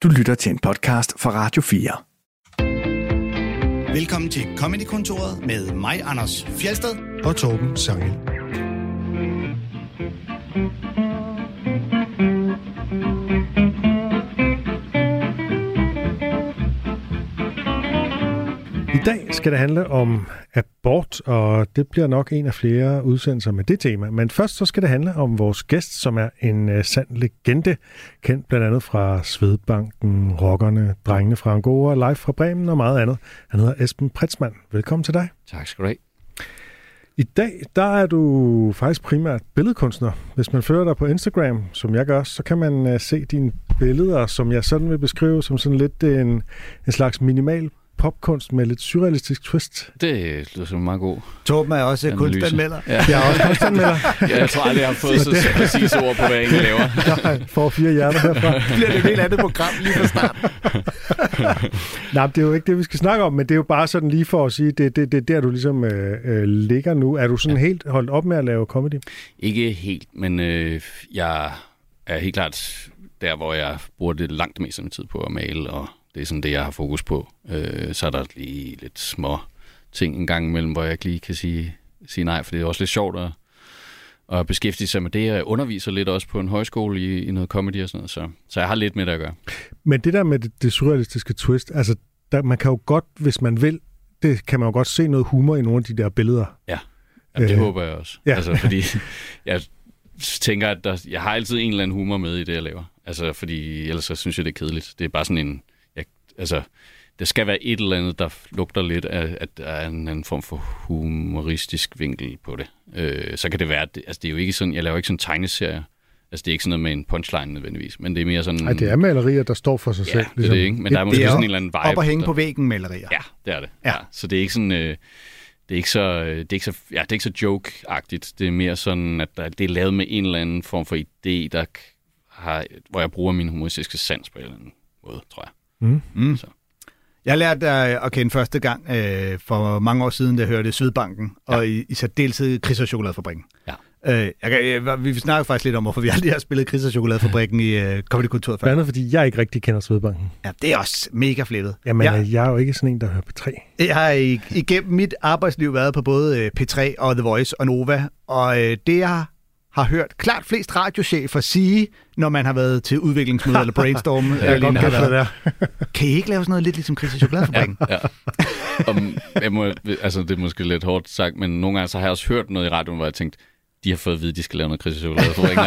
Du lytter til en podcast fra Radio 4. Velkommen til Comedy-kontoret med mig, Anders Fjeldsted og Torben Sangel. I dag skal det handle om abort, og det bliver nok en af flere udsendelser med det tema. Men først så skal det handle om vores gæst, som er en sand legende, kendt blandt andet fra Svedbanken, Rockerne, Drengene fra Angora, Live fra Bremen og meget andet. Han hedder Esben Pretzmann. Velkommen til dig. Tak skal du have. I dag, der er du faktisk primært billedkunstner. Hvis man følger dig på Instagram, som jeg gør, så kan man se dine billeder, som jeg sådan vil beskrive som sådan lidt en slags minimal popkunst med lidt surrealistisk twist. Det lyder som meget god. Torben er også kunstanmelder. Ja. Jeg er også kunstanmelder. Ja, jeg tror aldrig, jeg har fået så præcise ord på, hvad jeg egentlig laver. Nej, får 4 hjerter herfra. Det bliver det et helt andet program lige fra start. Nej, det er jo ikke det, vi skal snakke om, men det er jo bare sådan lige for at sige, det er der, du ligesom ligger nu. Er du sådan helt holdt op med at lave comedy? Ikke helt, men jeg er helt klart der, hvor jeg bruger det langt mest af min tid på at male, og det er sådan det, jeg har fokus på. Så er der lige lidt små ting en gang imellem, hvor jeg ikke lige kan sige nej, for det er også lidt sjovt at beskæftige sig med det. Jeg underviser lidt også på en højskole i noget comedy og sådan noget, så jeg har lidt med det at gøre. Men det der med det surrealistiske twist, altså man kan jo godt, hvis man vil, det kan man jo godt se noget humor i nogle af de der billeder. Ja, det håber jeg også. Ja. Altså, fordi jeg tænker, at jeg har altid en eller anden humor med i det, jeg laver. Altså, fordi ellers så synes jeg, det er kedeligt. Det er bare sådan en... Altså, der skal være et eller andet, der lugter lidt af, at der er en form for humoristisk vinkel på det. Så kan det være, altså det er jo ikke sådan, jeg laver ikke sådan en tegneserie. Altså det er ikke sådan noget med en punchline nødvendigvis, men det er mere sådan... Nej, det er malerier, der står for sig selv. Ja, det er det, ikke? Men der er måske sådan en eller anden vibe. Op og hænge på væggen malerier. Ja, det er det. Ja. Så det er ikke sådan... Det er ikke så joke-agtigt. Det er mere sådan, at det er lavet med en eller anden form for idé, hvor jeg bruger min humoristiske sans på en eller anden måde, tror jeg. Så. Jeg lærte at kende første gang for mange år siden, da jeg hørte Svedbanken, og i særdeleshed Chris og Chokoladefabrikken. Ja. Vi snakker faktisk lidt om, hvorfor vi aldrig har spillet Chris og Chokoladefabrikken i Comedy-kontoret før. Blandt andet, fordi jeg ikke rigtig kender Svedbanken. Ja, det er også mega flettet. Jamen, jeg er jo ikke sådan en, der hører P3. Jeg har igennem mit arbejdsliv været på både P3 og The Voice og Nova, og det jeg har hørt klart flest radiochefer sige, når man har været til udviklingsmøde eller brainstorm. Kan I ikke lave sådan noget lidt ligesom Chris og Chokoladefabrikken? Ja. Det er måske lidt hårdt sagt, men nogle gange så har jeg også hørt noget i radioen, hvor jeg tænkte, de har fået at vide, at de skal lave noget Chris og Chokoladefabrikken.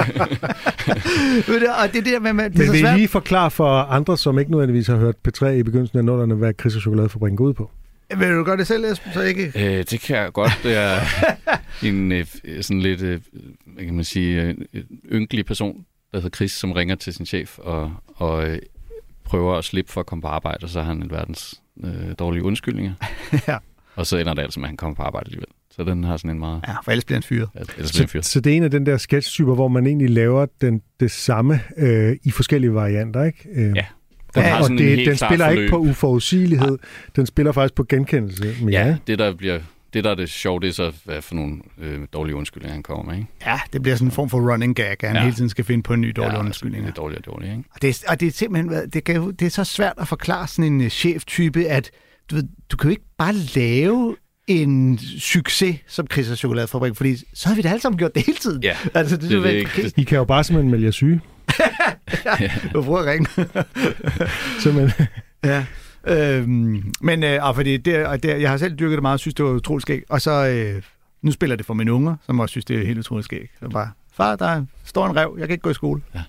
Og det der med men vil I lige forklare for andre, som ikke nødvendigvis har hørt P3 i begyndelsen af nullerne, hvad Chris og Chokoladefabrikken går ud på? Vil du gøre det selv, Esben, så ikke? Det kan jeg godt. Det er en sådan lidt, hvad kan man sige, ynkelig person, der hedder Chris, som ringer til sin chef og prøver at slippe for at komme på arbejde, og så har han en verdens dårlige undskyldninger. Ja. Og så ender det altså med, at han kommer på arbejde alligevel. Så den har sådan en meget... Ja, for ellers bliver han fyret. Så det er en af den der sketch-typer, hvor man egentlig laver det samme i forskellige varianter, ikke? Ja. Og den spiller ikke på uforudsigelighed, den spiller faktisk på genkendelse. Ja, det der er det sjove, det er så, hvad for nogle dårlige undskyldninger han kommer med, ikke? Ja, det bliver sådan en form for running gag, at han hele tiden skal finde på en ny dårlig undskyldning. Ja, det er dårligt, ikke? Og det er simpelthen, det er så svært at forklare sådan en cheftype, at du kan jo ikke bare lave en succes som Chris og Chokoladefabrikken, fordi så har vi det alle sammen gjort det hele tiden. Ja, altså, det ikke. I kan jo bare simpelthen melde jer syge. Du prøver at ringe. Simpelthen. Ja. Men fordi jeg har selv dyrket det meget og synes, det var utroligt skægt. Og så nu spiller det for mine unger, som også synes, det er helt utroligt skægt. Så bare, far, der står en ræv, jeg kan ikke gå i skole. Ja.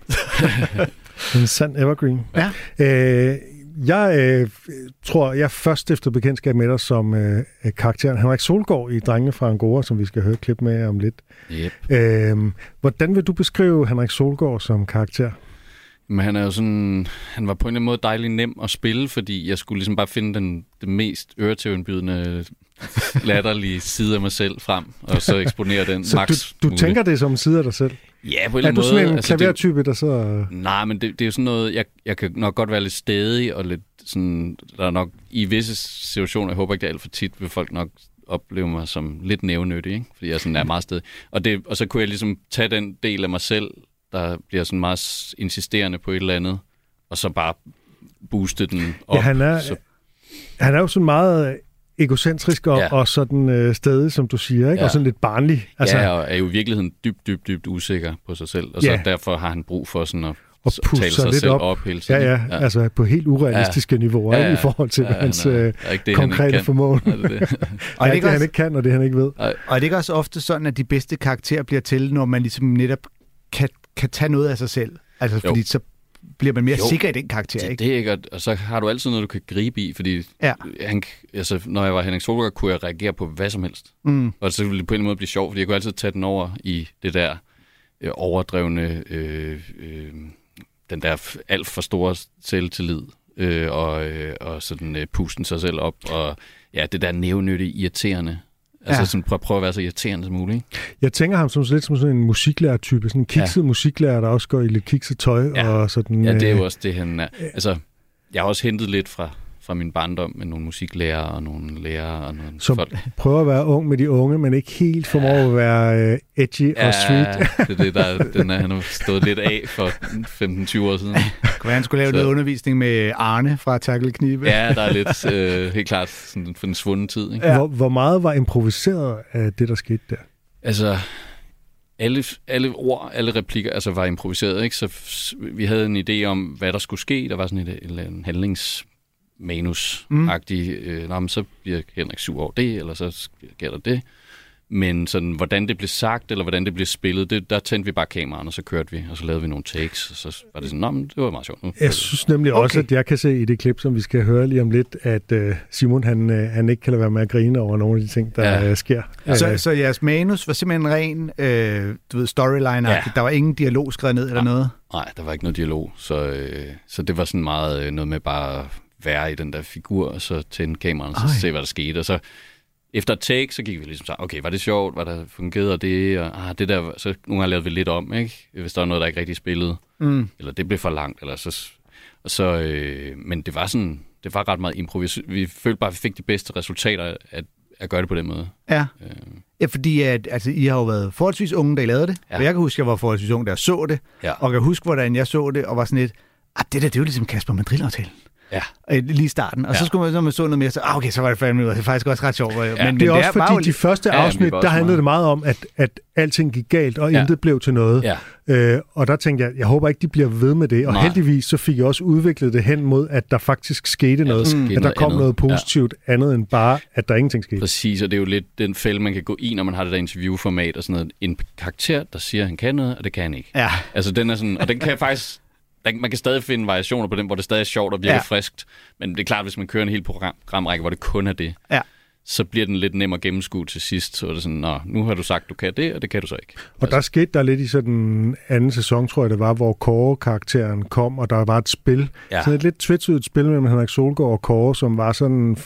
En sand evergreen. Ja. Jeg tror, jeg først stiftede bekendtskab med dig som karakteren Henrik Solgaard i Drengene fra Angora, som vi skal høre et klip med om lidt. Yep. Hvordan vil du beskrive Henrik Solgaard som karakter? Men han er jo sådan, han var på en eller anden måde dejlig nem at spille, fordi jeg skulle ligesom bare finde den mest øretævindbydende latterlige side af mig selv frem, og så eksponere den så max. Du tænker det som en side af dig selv? Ja, på en eller anden måde. Er du sådan en klavertype, der så... Nej, men det er jo sådan noget, jeg kan nok godt være lidt stædig, og lidt sådan, der er nok i visse situationer, jeg håber ikke det er alt for tit, vil folk nok opleve mig som lidt nævnyttig, ikke? Fordi jeg sådan er meget stædig. Og så kunne jeg ligesom tage den del af mig selv, der bliver sådan meget insisterende på et eller andet, og så bare booste den op. Ja, han er jo sådan meget egocentrisk og sådan stedig, som du siger, ikke? Og sådan lidt barnlig. Altså, ja, og er jo i virkeligheden dybt usikker på sig selv, og så derfor har han brug for sådan at tale sig selv op hele tiden. Ja, altså på helt urealistiske niveauer, i forhold til hans konkrete formål. Og det han ikke kan, og det han ikke ved. Og er det ikke også ofte sådan, at de bedste karakterer bliver til, når man ligesom netop kan tage noget af sig selv? Altså, fordi så bliver man mere sikker i den karakter, ikke? Det er ikke, og så har du altid noget, du kan gribe i, fordi når jeg var Henrik Solgaard, kunne jeg reagere på hvad som helst. Og så ville det på en måde blive sjovt, fordi jeg kunne altid tage den over i det der overdrevne, den der alt for store selvtillid, og sådan pusten sig selv op, og det der nævnyttige irriterende. Altså sådan prøve at være så irriterende som muligt. Jeg tænker ham som lidt som sådan en musiklærer-type, sådan en kikset musiklærer, der også går i lidt kikset tøj. Og sådan, det er jo også det, han er. Altså, jeg har også hentet lidt fra min barndom med nogle musiklærer og nogle lærere og nogle som folk. Prøver at være ung med de unge, men ikke helt formår at være edgy og street. Det er han har stået lidt af for 15-20 år siden. Kunne han skulle lave noget undervisning med Arne fra Tackle Knibe? Ja, der er lidt helt klart sådan for den svundne tid. Ikke? Ja. Hvor meget var improviseret af det, der skete der? Altså, alle ord, alle replikker var improviseret, ikke? Så vi havde en idé om, hvad der skulle ske. Der var sådan en handlingsmanus-agtig. Så bliver Henrik sur over det, eller så sker der det. Men sådan, hvordan det blev sagt, eller hvordan det blev spillet, der tændte vi bare kameraerne, og så kørte vi, og så lavede vi nogle takes, og så var det sådan, det var meget sjovt. Jeg synes nemlig også, at jeg kan se i det klip, som vi skal høre lige om lidt, at Simon, han ikke kan lade være med at grine over nogle af de ting, der sker. Så jeres manus var simpelthen ren, storyline-agtigt? Der var ingen dialog skrevet ned eller noget? Nej, der var ikke noget dialog, så det var sådan meget noget med bare at være i den der figur, og så tænde kameraerne, og så se, hvad der skete, og så efter et take, så gik vi ligesom så, okay, var det sjovt, var der fungerede det, og det der, så nogle gange lavede vi lidt om, ikke? Hvis der var noget, der ikke rigtig spillede, eller det blev for langt, eller så men det var sådan, det var ret meget improviseret. Vi følte bare, at vi fik de bedste resultater at gøre det på den måde. Ja, fordi I har jo været forholdsvis unge, da I lavede det, og jeg kan huske, at jeg var forholdsvis ung, da jeg så det, og jeg kan huske, hvordan jeg så det, og var sådan lidt, det er jo ligesom Kasper Mandrill-aftalen. Ja. Lige i starten. Og så skulle man, når man så noget mere, så okay, så var det fandme, det er faktisk også ret sjovt. Men det er også fordi, de første afsnit, der handlede det meget om, at alting gik galt, og intet blev til noget. Ja. Og der tænkte jeg håber ikke, de bliver ved med det. Og heldigvis, så fik jeg også udviklet det hen mod, at der faktisk skete noget. At der kom noget positivt andet end bare, at der ingenting skete. Præcis, og det er jo lidt den fælde, man kan gå i, når man har det der interviewformat og sådan noget. En karakter, der siger, han kan noget, og det kan han ikke. Ja. Altså, den er sådan, og den kan faktisk... Man kan stadig finde variationer på dem, hvor det stadig er sjovt og virker friskt. Men det er klart, hvis man kører en hel programrække, hvor det kun er det, så bliver den lidt nem at gennemskue til sidst. Så er det sådan, nu har du sagt, du kan det, og det kan du så ikke. Og der skete der lidt i sådan anden sæson, tror jeg det var, hvor Kåre-karakteren kom, og der var et spil. Ja. Sådan et lidt tvetydigt spil mellem Henrik Solgaard og Kåre, som var sådan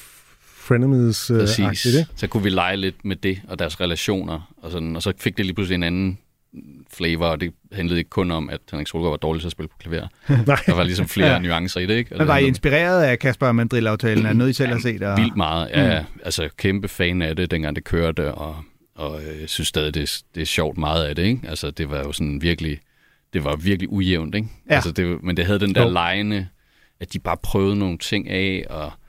frenemies-agtigt. Så kunne vi lege lidt med det og deres relationer, og så fik det lige pludselig en anden flavor, og det handlede ikke kun om, at Henrik Solgaard var dårlig til at spille på klaver. Der var ligesom flere nuancer i det, ikke? Men var I inspireret af Kasper Mandrill-aftalen? Er noget, I selv har set? Vildt meget, ja. Altså, kæmpe fan af det, dengang det kørte, og jeg synes stadig, det er sjovt meget af det, ikke? Altså, det var jo sådan virkelig ujævnt, ikke? Ja. Altså, men det havde den der legende, at de bare prøvede nogle ting af,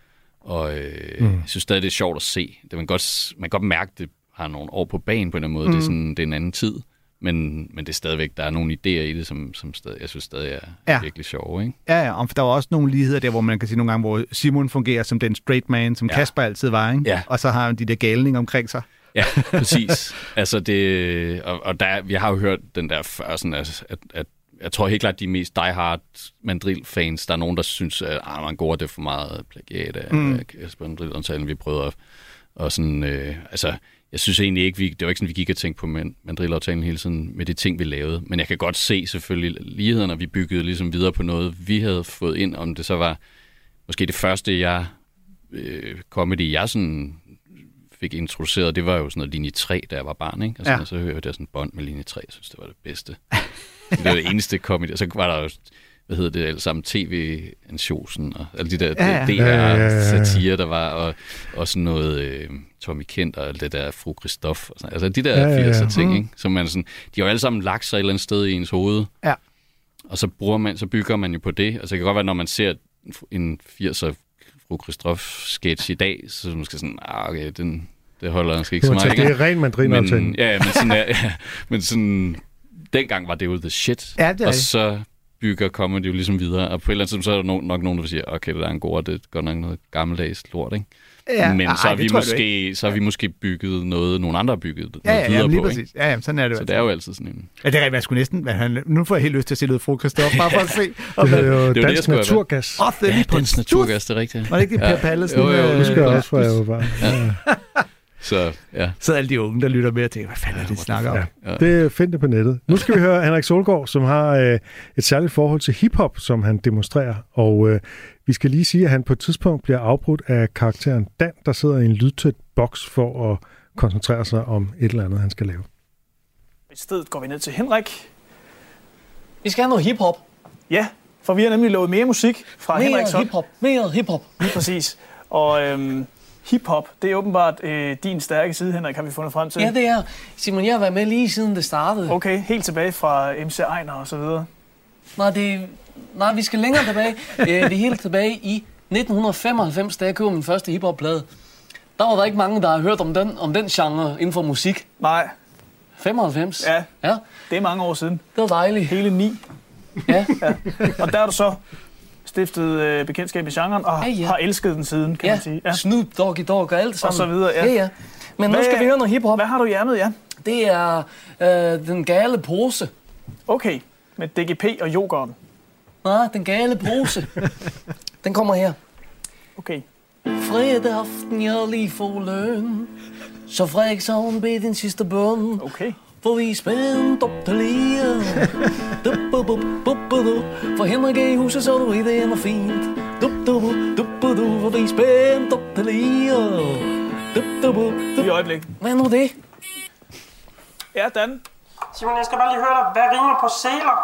og jeg synes stadig, det er sjovt at se. Man kan godt mærke, det har nogle år på banen på en eller anden måde. Det er en anden tid. Men det er stadigvæk, der er nogle idéer i det, som stadig, jeg synes stadig er virkelig sjove, ikke? Ja, og der var også nogle ligheder der, hvor man kan sige nogle gange, hvor Simon fungerer som den straight man, som Kasper altid var, ikke? Ja. Og så har han de der galninger omkring sig. Ja, præcis. Altså det, og der, vi har jo hørt den der før, sådan, at jeg tror helt klart, de mest diehard Mandrill-fans, der er nogen, der synes, at man går det for meget plagiat af Kasper Mandrill-aftalen, vi prøvede og sådan, jeg synes egentlig ikke, det var ikke sådan, vi gik og tænkte på Mandrill-aftalen hele tiden med de ting, vi lavede. Men jeg kan godt se selvfølgelig lighederne, og vi byggede ligesom videre på noget, vi havde fået ind. Om det så var måske det første, comedy, jeg sådan fik introduceret, det var jo sådan noget linje 3, da jeg var barn, ikke? Og så hørte jeg sådan en bånd med linje 3, jeg synes, det var det bedste. Det var det eneste comedy. Og så var der jo, alle sammen TV-ansjosen og alle de der DR-satire, der var, og sådan noget Tommy Kent og alt det der Fru Christoph. Altså de der 80'er ting, ikke? Som man sådan, de har jo alle sammen lagt sig et eller andet sted i ens hoved. Ja. Og så bygger man jo på det. Og så kan det godt være, når man ser en 80'er Fru Christoph-sketch i dag, så måske sådan, okay, det holder måske ikke så meget. Det er ren mandrinaftale. Men sådan, dengang var det jo the shit. Ja, det er og så kommer det jo ligesom videre. Og på et eller andet tidspunkt, så er der nok nogen, der siger, okay, det er en god, og det er godt nok noget gammeldags lort, ikke? Ja, men så har vi måske bygget noget, nogle andre har bygget noget videre på, præcis. Ja, sådan er det. Så det er jo altid sådan en... Ja, det er rigtigt, jeg skulle næsten... Nu får jeg helt lyst til at se noget Fru Christoph, bare for at se. Det er jo dansk naturgas. Dansk naturgas, det er rigtigt. Var det ikke det Per Pallesen? Jo, det skal jeg også, hvor jeg var bare... Så, ja. Så alle de unge, der lytter med og tænker, hvad fanden er det, de snakker om? Ja. Det find det på nettet. Nu skal vi høre Henrik Solgaard, som har et særligt forhold til hiphop, som han demonstrerer. Og vi skal lige sige, at han på et tidspunkt bliver afbrudt af karakteren Dan, der sidder i en lydtæt boks for at koncentrere sig om et eller andet, han skal lave. I stedet går vi ned til Henrik. Vi skal have noget hiphop. Ja, for vi har nemlig lovet mere musik fra Henriks hånd. Mere hiphop. Lige præcis. Og hiphop, det er åbenbart din stærke side, Henrik, har vi fundet frem til. Ja, det er. Simon, jeg har været med lige siden det startede. Okay, helt tilbage fra MC Einar og så videre. Nej, vi skal længere tilbage. Vi er helt tilbage i 1995, da jeg købte min første hiphop-plade. Der var der ikke mange, der har hørt om den genre inden for musik. Nej. 95? Ja. Det er mange år siden. Det var dejligt. Hele 9. Ja. Og der er du så stiftet bekendtskab i genren og har elsket den siden, kan man sige. Ja, Snoop Doggy Dogg og alt sammen. Og så videre, ja. Men nu skal vi høre noget hiphop. Hvad har du i ærmet, ja? Det er Den Gale Pose. Okay, med DGP og yoghurten. Nej, Den Gale Pose. Den kommer her. Okay. Fredag aften, jeg lige får løn. Så Frederikshavn bed din sidste bøn. Okay. For vi er spændt op til lige. For Henrik er i huset, så du ved, det er fint. For vi er spændt op til lige. I øjeblik. Hvad er nu det? Ja, Dan. Simon, jeg skal bare lige høre dig. Hvad rimer på sæler?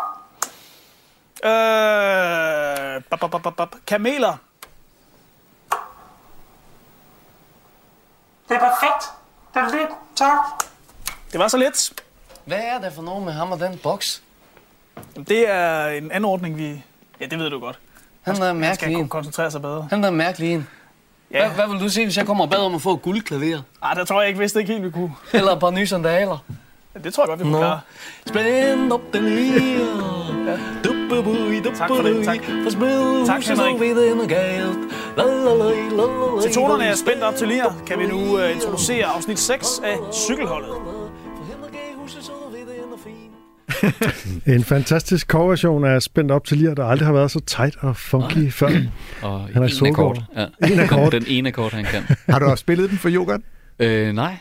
Kameler. Det er perfekt. Det er lidt. Tak. Det var så lidt. Hvad er det for noget med ham og den boks? Det er en anordning, vi... Ja, det ved du godt. Han er mærkelig. Han skal kunne koncentrere sig bedre. Han er mærkelig en. Ja. Hvad vil du se, hvis jeg kommer og bad om at få et guldklaver? Der tror jeg ikke, vidste ikke helt, vi kunne. Eller et par nye sandaler. Ja, det tror jeg godt, vi kunne klare. Spænd op den lige. Tak for det, tak. Tak, Henrik. Til tonerne er spændt op til lige, kan vi nu introducere afsnit 6 af Cykelholdet. En fantastisk coverversion af Spændt op til lige, der aldrig har været så tight og funky før. Og en akkord. Ja. En akkord. Den ene akkord, han kan. Har du også spillet den for yoghurt? Nej. Nej.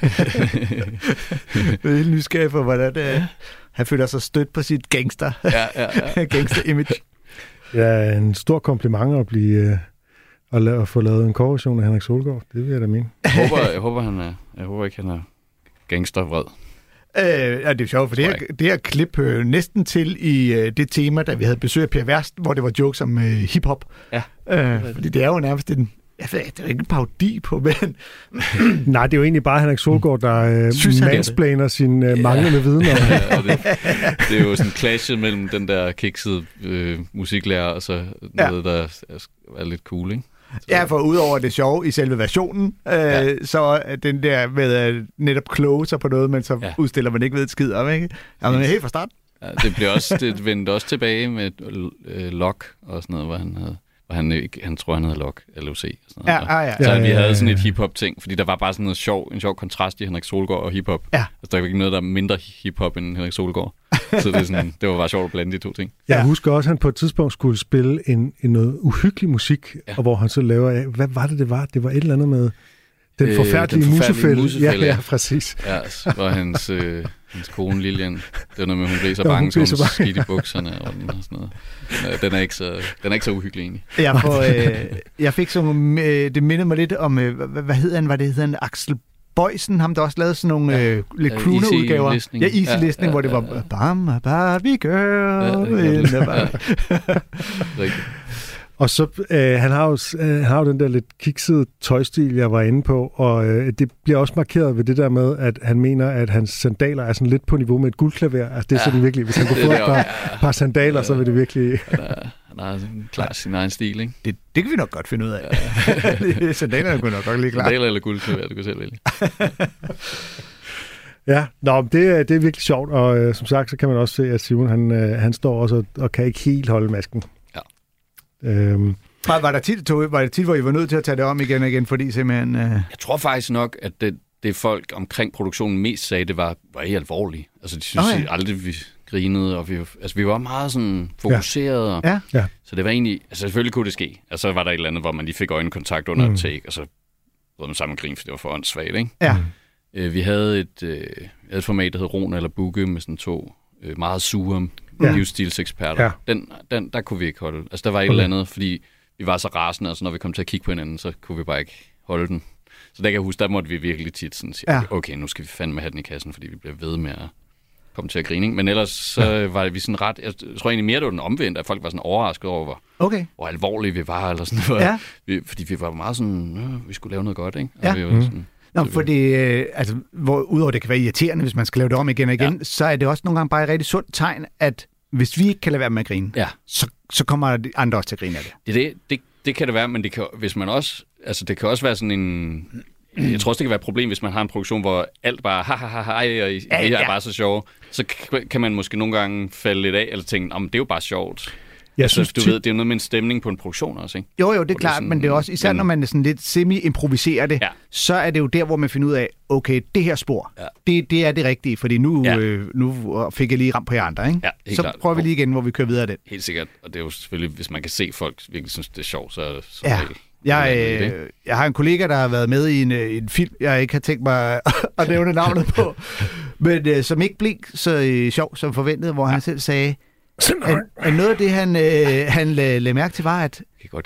Det er helt nysgerrig for, hvordan han føler sig stødt på sit gangster-image. Ja, en stor kompliment at blive at få lavet en coverversion af Henrik Solgaard. Det vil jeg da mene. Jeg håber ikke, han er gangstervred. Det er sjovt, for det her klip næsten til i det tema, da vi havde besøg af Per Verst, hvor det var jokes om hiphop. Ja. Fordi det er jo nærmest en... Jeg ved ikke, det er ikke en parodi på, men... Nej, det er jo egentlig bare Henrik Solgaard, der mansplaner sin manglende viden. Det er jo sådan en clash mellem den der kiksede musiklærer og så noget, der er lidt cool, ikke? Ja, for udover det sjove i selve versionen, så den der med at netop kloge sig på noget, men så udstiller man ikke ved et skid om, ikke? Jamen, helt fra start. Ja, det vendte også tilbage med Lok og sådan noget, hvor han tror, han hedder Lok, LOC og sådan noget. Så vi havde sådan et hiphop-ting, fordi der var bare sådan en sjov kontrast i Henrik Solgaard og hiphop. Ja. Altså, der var ikke noget, der er mindre hiphop end Henrik Solgaard. Så det var bare sjovt at blande de to ting. Jeg husker også, at han på et tidspunkt skulle spille en noget uhyggelig musik, og hvor han så laver... Hvad var det var? Det var et eller andet med den forfærdelige musefælde. Ja, præcis. Ja, hvor hans kone Lilian, det var noget med, hun blev så bange, så hun skidt i bukserne og sådan noget. Den er ikke så uhyggelig egentlig. Jeg fik sådan det mindede mig lidt om, hvad hed han? Var det hedder han Axel Bøjsen, ham der også lavede sådan nogle lidt crooner-udgaver. Ja, Easy Listening, hvor det var Bam, Barbie Girl. Og så, han har jo den der lidt kiksede tøjstil, jeg var inde på, og det bliver også markeret ved det der med, at han mener, at hans sandaler er sådan lidt på niveau med et guldklaver. Altså det er sådan virkelig, hvis han kunne få et par sandaler, så vil det virkelig... Han har klar sin egen stil, ikke? Det kan vi nok godt finde ud af. Sandalerne kunne nok godt lige klart. Sandaler eller guldklaver, du kan selv vælge. Ja, det er virkelig sjovt, og som sagt, så kan man også se, at Simon, han står også og kan ikke helt holde masken. Ja. Var der tit, hvor I var nødt til at tage det om igen og igen, fordi simpelthen... Jeg tror faktisk nok, at det folk omkring produktionen mest sagde, det var ikke alvorligt. Altså, de synes aldrig, vi grinede, og vi var meget sådan fokuseret. Ja. Så det var egentlig... Altså, selvfølgelig kunne det ske. Og så var der et eller andet, hvor man lige fik øjenkontakt under et take, og så brød man sammen grin, for det var for åndssvagt, ikke? Ja. Vi havde et format, der hed Rona eller Bugge, med sådan 2 meget sure livsstilseksperter. Ja. Der kunne vi ikke holde. Altså, der var et eller andet, fordi vi var så rasende, og så når vi kom til at kigge på hinanden, så kunne vi bare ikke holde den. Så der kan jeg huske, der måtte vi virkelig tit sådan sige, okay, nu skal vi fandme have den i kassen, fordi vi bliver ved med at komme til at grine. Men ellers så var vi sådan ret... Jeg tror egentlig mere, det var den omvendt, at folk var sådan overrasket over, hvor alvorlige vi var, eller sådan noget. Ja. Fordi vi var meget sådan, vi skulle lave noget godt, ikke? Og vi var sådan, Nå, fordi udover det kan være irriterende, hvis man skal lave det om igen og igen, så er det også nogle gange bare et rigtig sundt tegn, at hvis vi ikke kan lade være med at grine, så kommer andre også til at grine af det. Det kan det være, men det kan, hvis man også... Altså, det kan også være sådan en... Jeg tror også, det kan være et problem, hvis man har en produktion, hvor alt bare og I er bare så sjove. Så kan man måske nogle gange falde lidt af, eller tænke, det er jo bare sjovt. Jeg synes, du ved, det er noget med en stemning på en produktion også, ikke? Jo, det er klart, sådan, men det er også, især når man er sådan lidt semi-improviserer det, så er det jo der, hvor man finder ud af, okay, det her spor, det er det rigtige, fordi nu fik jeg lige ramt på jer andre, ikke? Ja, så klart. Prøver vi lige igen, hvor vi kører videre af den. Helt sikkert, og det er jo selvfølgelig, hvis man kan se folk virkelig synes, det er sjovt, så jeg har en kollega, der har været med i en film, jeg ikke har tænkt mig at nævne navnet på, men som ikke blev så sjov som forventet, hvor han selv sagde, at noget af det, han lagde mærke til, var, at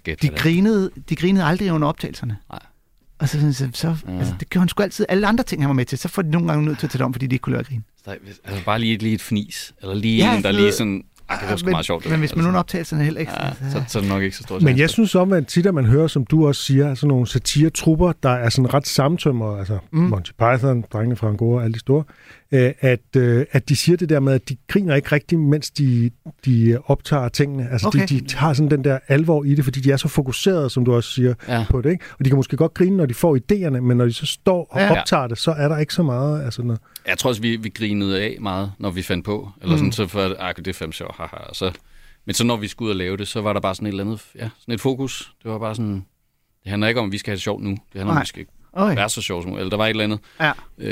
de grinede aldrig under optagelserne. Nej. Og så det gjorde han sgu altid. Alle andre ting, han var med til, så får de nogle gange nødt til at tage det om, fordi de ikke kunne lade grine. Altså bare lige et fnis, eller lige en, der lige sådan... det er sgu meget sjovt. Men hvis man nogle optagelserne heller ikke... Så er det nok ikke så stort. Men jeg synes om, at tit, at man hører, som du også siger, sådan nogle satiretrupper, der er sådan ret sammentømret, altså Monty Python, Drengene fra Angora, alle de store, at de siger det der med, at de griner ikke rigtigt, mens de optager tingene. Altså, de har sådan den der alvor i det, fordi de er så fokuserede, som du også siger, på det, ikke? Og de kan måske godt grine, når de får idéerne, men når de så står og optager det, så er der ikke så meget... Altså, når... Jeg tror også, vi grinede af meget, når vi fandt på. Eller sådan, så for det er fandme sjovt, haha. Men så når vi skulle ud og lave det, så var der bare sådan et eller andet... Ja, sådan et fokus. Det var bare sådan... Det handler ikke om, at vi skal have det sjovt nu. Det handler om, at vi skal være så sjovt som muligt. Eller der var et eller andet. Ja.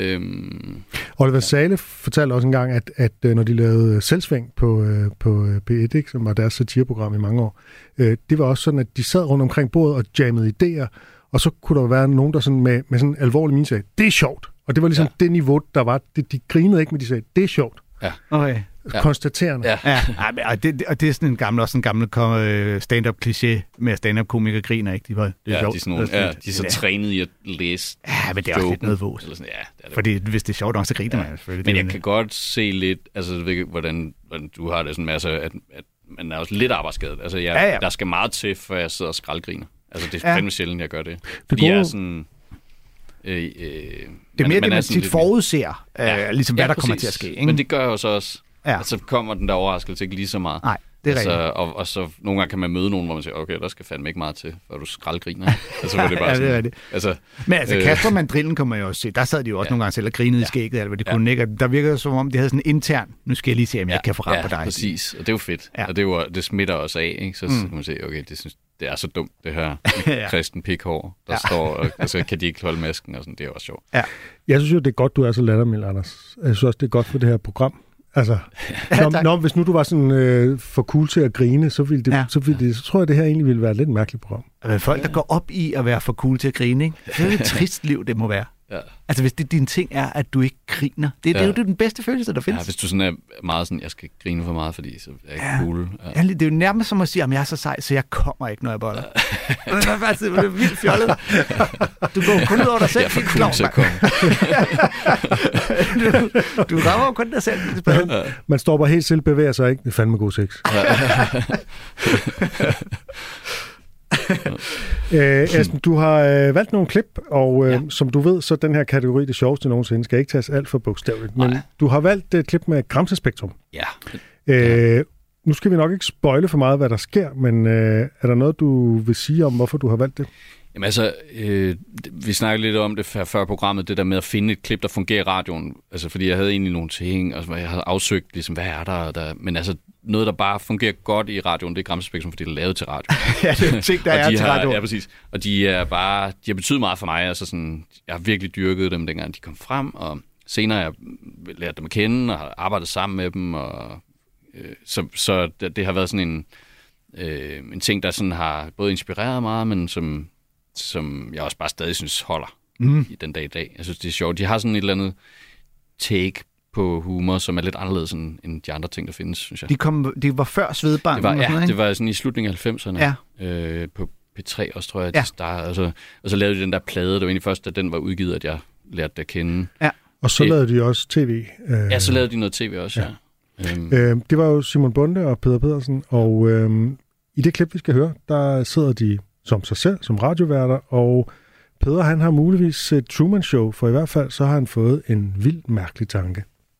Oliver Zahle fortalte også engang, at når de lavede Selvsving på P1, ikke, som var deres satireprogram i mange år, det var også sådan, at de sad rundt omkring bordet og jammede idéer, og så kunne der være nogen, der sådan med sådan en alvorlig mine sagde, det er sjovt. Og det var ligesom det niveau, der var. De grinede ikke, men de sagde, det er sjovt. Ja. Okay. Konstaterende. Ja. Og det er sådan en gammel stand-up kliché med at stand-up-komikere griner, ikke? Det er sjovt. De er så trænet i at læse. Ja, men det er også lidt noget vås. Fordi hvis det er sjovt nok, så griner man selvfølgelig. Men jeg kan godt se lidt, altså hvordan du har det sådan med, altså, at man er også lidt arbejdsskadet. Altså, der skal meget til, før jeg sidder og skraldgriner. Altså, det er fandme sjældent, jeg gør det. Fordi jeg er sådan... det er mere det, man tit forudser, ligesom hvad der kommer til at ske. Ikke? Men det gør jo så også, at så kommer den der overraskelse ikke lige så meget. Nej, det er rigtigt. Og så nogle gange kan man møde nogen, hvor man siger, okay, der skal fandme ikke meget til, før du skraldgriner. Altså, hvor det bare det er rigtigt. Men Kasper Mandrillen kan man jo også se. Der sad de jo også nogle gange selv og grinede i skægget, eller hvad det kunne ikke. Der virker som om, de havde sådan en intern, nu skal jeg lige se, om jeg kan få ret på dig. Ja, præcis. Og det er jo fedt. Og det smitter også af, ikke? Så kan man se, okay, det er så dumt, det her Christen Pikhår, der står, og så kan de ikke holde masken, og sådan, det er også sjovt. Ja. Jeg synes jo, det er godt, du er så lattermild, Anders. Jeg synes også, det er godt for det her program. Altså, hvis nu du var sådan for cool til at grine, så tror jeg, det her egentlig ville være et lidt mærkeligt program. Folk, der går op i at være for cool til at grine, ikke? Det er et trist liv, det må være. Ja. Altså, hvis det din ting er, at du ikke griner. Det er jo den bedste følelse, der findes. Ja, hvis du sådan er meget sådan, jeg skal ikke grine for meget, fordi så er jeg ikke cool. Ja. Det er jo nærmest som at sige, at jeg er så sej, så jeg kommer ikke, når jeg boller. Det er vildt fjollet. Du går kun ud over dig selv. Jeg er for cool til at komme. Du rammer jo kun dig selv. Man står bare helt selv, bevæger sig ikke. Det er fandme god sex. Esben, du har valgt nogle klip, og som du ved, så den her kategori, det sjoveste nogensinde, skal ikke tages alt for bogstaveligt. Men du har valgt et klip med Gramsespektrum. Ja. Nu skal vi nok ikke spoile for meget, hvad der sker, men er der noget, du vil sige om, hvorfor du har valgt det? Jamen altså, vi snakkede lidt om det før programmet, det der med at finde et klip, der fungerer i radioen. Altså, fordi jeg havde egentlig nogle ting, og jeg havde afsøgt, ligesom, hvad er der? Men altså, noget, der bare fungerer godt i radioen, det er Gramsespektrum, fordi det er lavet til radio. Ja, det er ting, der er til radio. Ja, præcis. Og de har betydet meget for mig. Altså sådan, jeg har virkelig dyrket dem, dengang de kom frem, og senere har jeg lært dem at kende, og har arbejdet sammen med dem, og så det har været sådan en ting, der sådan har både inspireret meget, men som jeg også bare stadig synes holder i den dag i dag. Jeg synes, det er sjovt. De har sådan et eller andet take på humor, som er lidt anderledes end de andre ting, der findes, synes jeg. De var før Svedbanken? Det var sådan i slutningen af 90'erne. Ja. På P3 også, tror jeg, de startede. Og så lavede de den der plade. Det var egentlig først, da den var udgivet, at jeg lærte det at kende. Ja. Og så lavede de også tv. Ja, så lavede de noget tv også, ja. Det var jo Simon Bonde og Peter Pedersen, og i det klip, vi skal høre, der sidder de som sig selv, som radioværter, og Peder, han har muligvis et Truman Show, for i hvert fald så har han fået en vildt mærkelig tanke.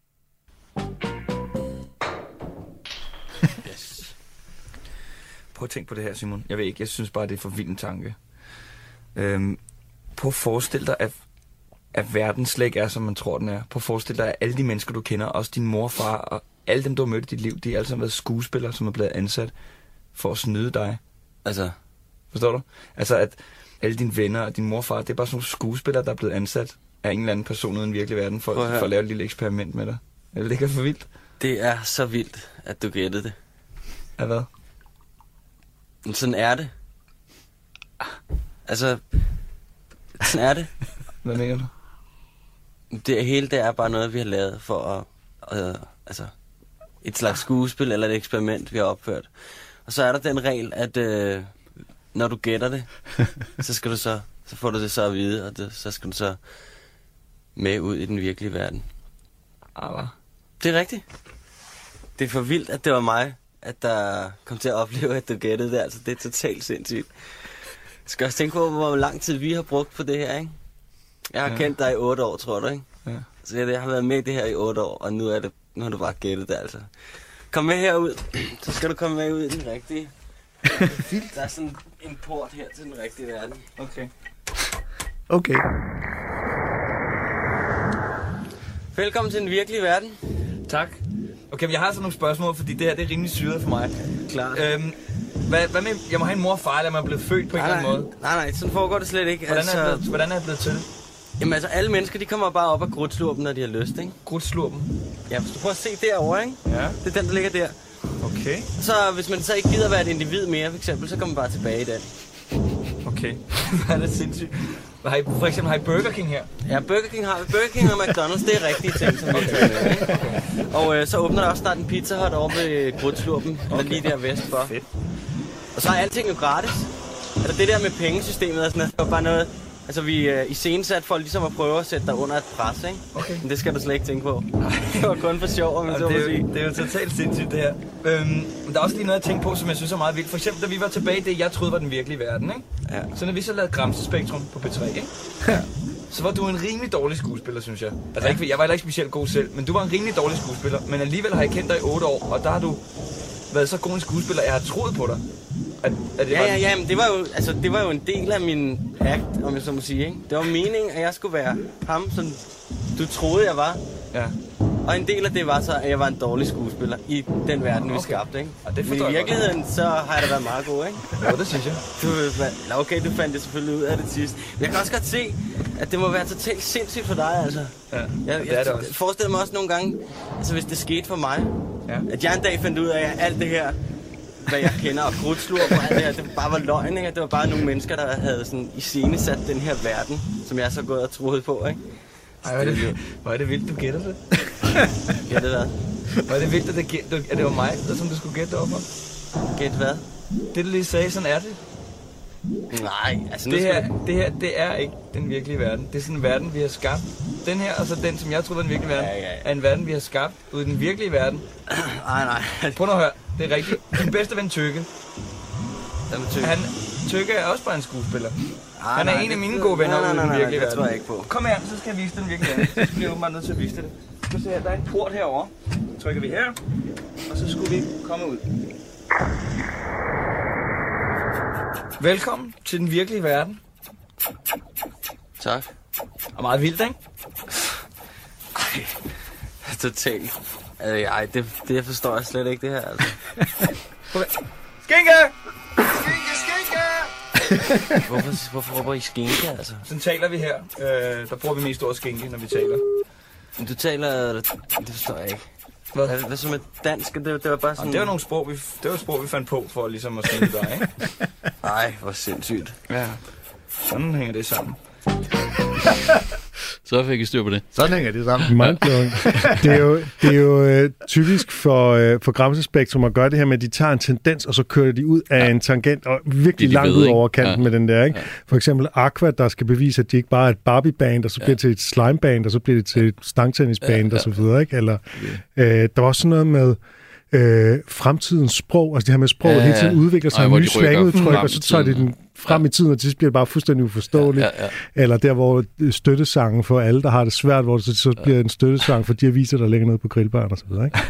Yes. Prøv at tænke på det her, Simon. Jeg ved ikke, jeg synes bare, det er for vild en tanke. Prøv at forestille dig, at verden slet ikke er, som man tror, den er. Prøv at forestille dig, at alle de mennesker, du kender, også din mor og far, og alle dem, du har mødt i dit liv, de har alle sammen været skuespillere, som er blevet ansat for at snyde dig. Altså, forstår du? Altså, at alle dine venner og din mor og far, det er bare sådan nogle skuespillere, der er blevet ansat af en eller anden person uden virkelig verden, for at lave et lille eksperiment med dig. Er det ikke for vildt? Det er så vildt, at du gættede det. Af hvad? Men sådan er det. Altså, sådan er det. Hvad mener du? Det hele, det er bare noget, vi har lavet for at altså, et slags skuespil eller et eksperiment, vi har opført. Og så er der den regel, at når du gætter det, så får du det så at vide, og så skal du så med ud i den virkelige verden. Det er rigtigt. Det er for vildt, at det var mig, at der kom til at opleve, at du gættede det. Altså, det er totalt sindssygt. Jeg skal også tænke på, hvor lang tid vi har brugt på det her, ikke? Jeg har kendt dig i 8 år, tror du, ikke? Ja. Så jeg har været med i det her i 8 år, og nu har du bare gættet det, altså. Kom med herud, så skal du komme med ud i den rigtige. Der er sådan en port her til den rigtige verden. Okay. Velkommen til den virkelige verden. Tak. Okay, men jeg har altså nogle spørgsmål, fordi det her det er rimelig syret for mig. Klart. Hvad med, jeg må have en mor og far, eller man er blevet født på en eller anden måde? Nej, sådan foregår det slet ikke. Hvordan er jeg blevet til? Jamen altså, alle mennesker, de kommer bare op af grutslurpen, når de har lyst, ikke? Grutslurpen? Ja, hvis du prøver at se derovre, ikke? Ja. Det er den, der ligger der. Okay. Så hvis man så ikke gider være et individ mere, for eksempel, så kommer man bare tilbage i den. Okay. Det er sindssygt. For eksempel har I Burger King her? Ja, Burger King har vi. Burger King og McDonald's, det er rigtige ting, som vi tager med, ikke? Og så åbner der også snart en Pizza Hut over ved grutslurpen, lige der vestfor. Fedt. Og så er alting jo gratis. Altså det der med pengesystemet og sådan noget, det var bare noget... Altså vi iscenesat folk ligesom at prøve at sætte dig under et pres, ikke? Okay. Men det skal du slet ikke tænke på. Det var kun for sjov, om man så må sige. Det er jo totalt sindssygt det her. Men der er også lige noget at tænke på, som jeg synes er meget vildt. For eksempel da vi var tilbage i det, jeg troede var den virkelige verden, ikke? Ja. Så når vi så lavede Gramsespektrum på P3, ikke? Ja. Så var du en rimelig dårlig skuespiller, synes jeg. Altså ikke, jeg var heller ikke specielt god selv, men du var en rimelig dårlig skuespiller. Men alligevel har jeg kendt dig i 8 år, og der har du været så god en skuespiller, at jeg har troet på dig. Men det var jo en del af min act, om jeg så må sige, ikke? Det var meningen, at jeg skulle være ham, som du troede, jeg var. Ja. Og en del af det var så, at jeg var en dårlig skuespiller i den verden, vi skabte, ikke? Men i virkeligheden, så har jeg da været meget god, ikke? Jo, det synes jeg. Du fandt det selvfølgelig ud af det sidst. Men jeg kan også godt se, at det må være totalt sindssygt for dig, altså. Ja, jeg forestiller mig også nogle gange, altså hvis det skete for mig, at jeg en dag fandt ud af, at alt det her hvad jeg kender, og krudslur på alt det her, det bare var løgn, ikke? Det var bare nogle mennesker, der havde sådan iscenesat den her verden, som jeg så gået og troede på, ikke? Ej, hvor er det vildt, du gætter det. Gætte hvad? Hvor er det vildt, at det var mig, som du skulle gætte det op om. Gætte hvad? Det du lige sagde, sådan er det. Nej, altså det er ikke den virkelige verden. Det er sådan en verden, vi har skabt. Den her, og så den, som jeg troede var den virkelige verden, er en verden, vi har skabt ude i den virkelige verden. Nej. Prøv nu at høre, det er rigtigt. Din bedste ven Tøkke. Tøkke er også bare en skuespiller. Han er en af mine gode venner ude i den virkelige verden. Det tror jeg ikke på. Kom her, så skal jeg vise den virkelige verden. Så bliver jeg åbenbart nødt til at vise det. Du ser her, der er en port herovre. Så trykker vi her, og så skulle vi komme ud. Velkommen til den virkelige verden. Tak. Og meget vildt, ikke? Ej, totalt. Ej, det forstår jeg slet ikke, det her, altså. Skinke! Hvorfor råber I skinke, altså? Sådan taler vi her. Der bruger vi mest ordet skinke, når vi taler. Men du taler... Det forstår jeg ikke. Hvad så med dansk? Det var bare sådan... Det var nogle sprog, vi fandt på for ligesom at skinke dig, ikke? Ej, hvor sindssygt. Ja. Sådan hænger det sammen. Så fik I styr på det. Sådan hænger det sammen. Mindblowing. Det er jo typisk for Gramsespektrum at gøre det her med, at de tager en tendens, og så kører de ud af en tangent, og virkelig langt ud over kanten med den der. Ikke? For eksempel Aqua, der skal bevise, at de ikke bare er et Barbie-band, og så bliver det til et slime-band, og så bliver det til et stangtennis-band, og så videre. Ikke? Eller, der var også sådan noget med fremtidens sprog, altså det her med sproget hele tiden udvikler sig nye slangudtryk, og så tager det den frem i tiden, og til sidst bliver det bare fuldstændig uforståeligt. Eller der, hvor støttesangen for alle, der har det svært, hvor det så bliver en støttesang for de aviser, der ligger nede på grillbaren og så videre. Ikke?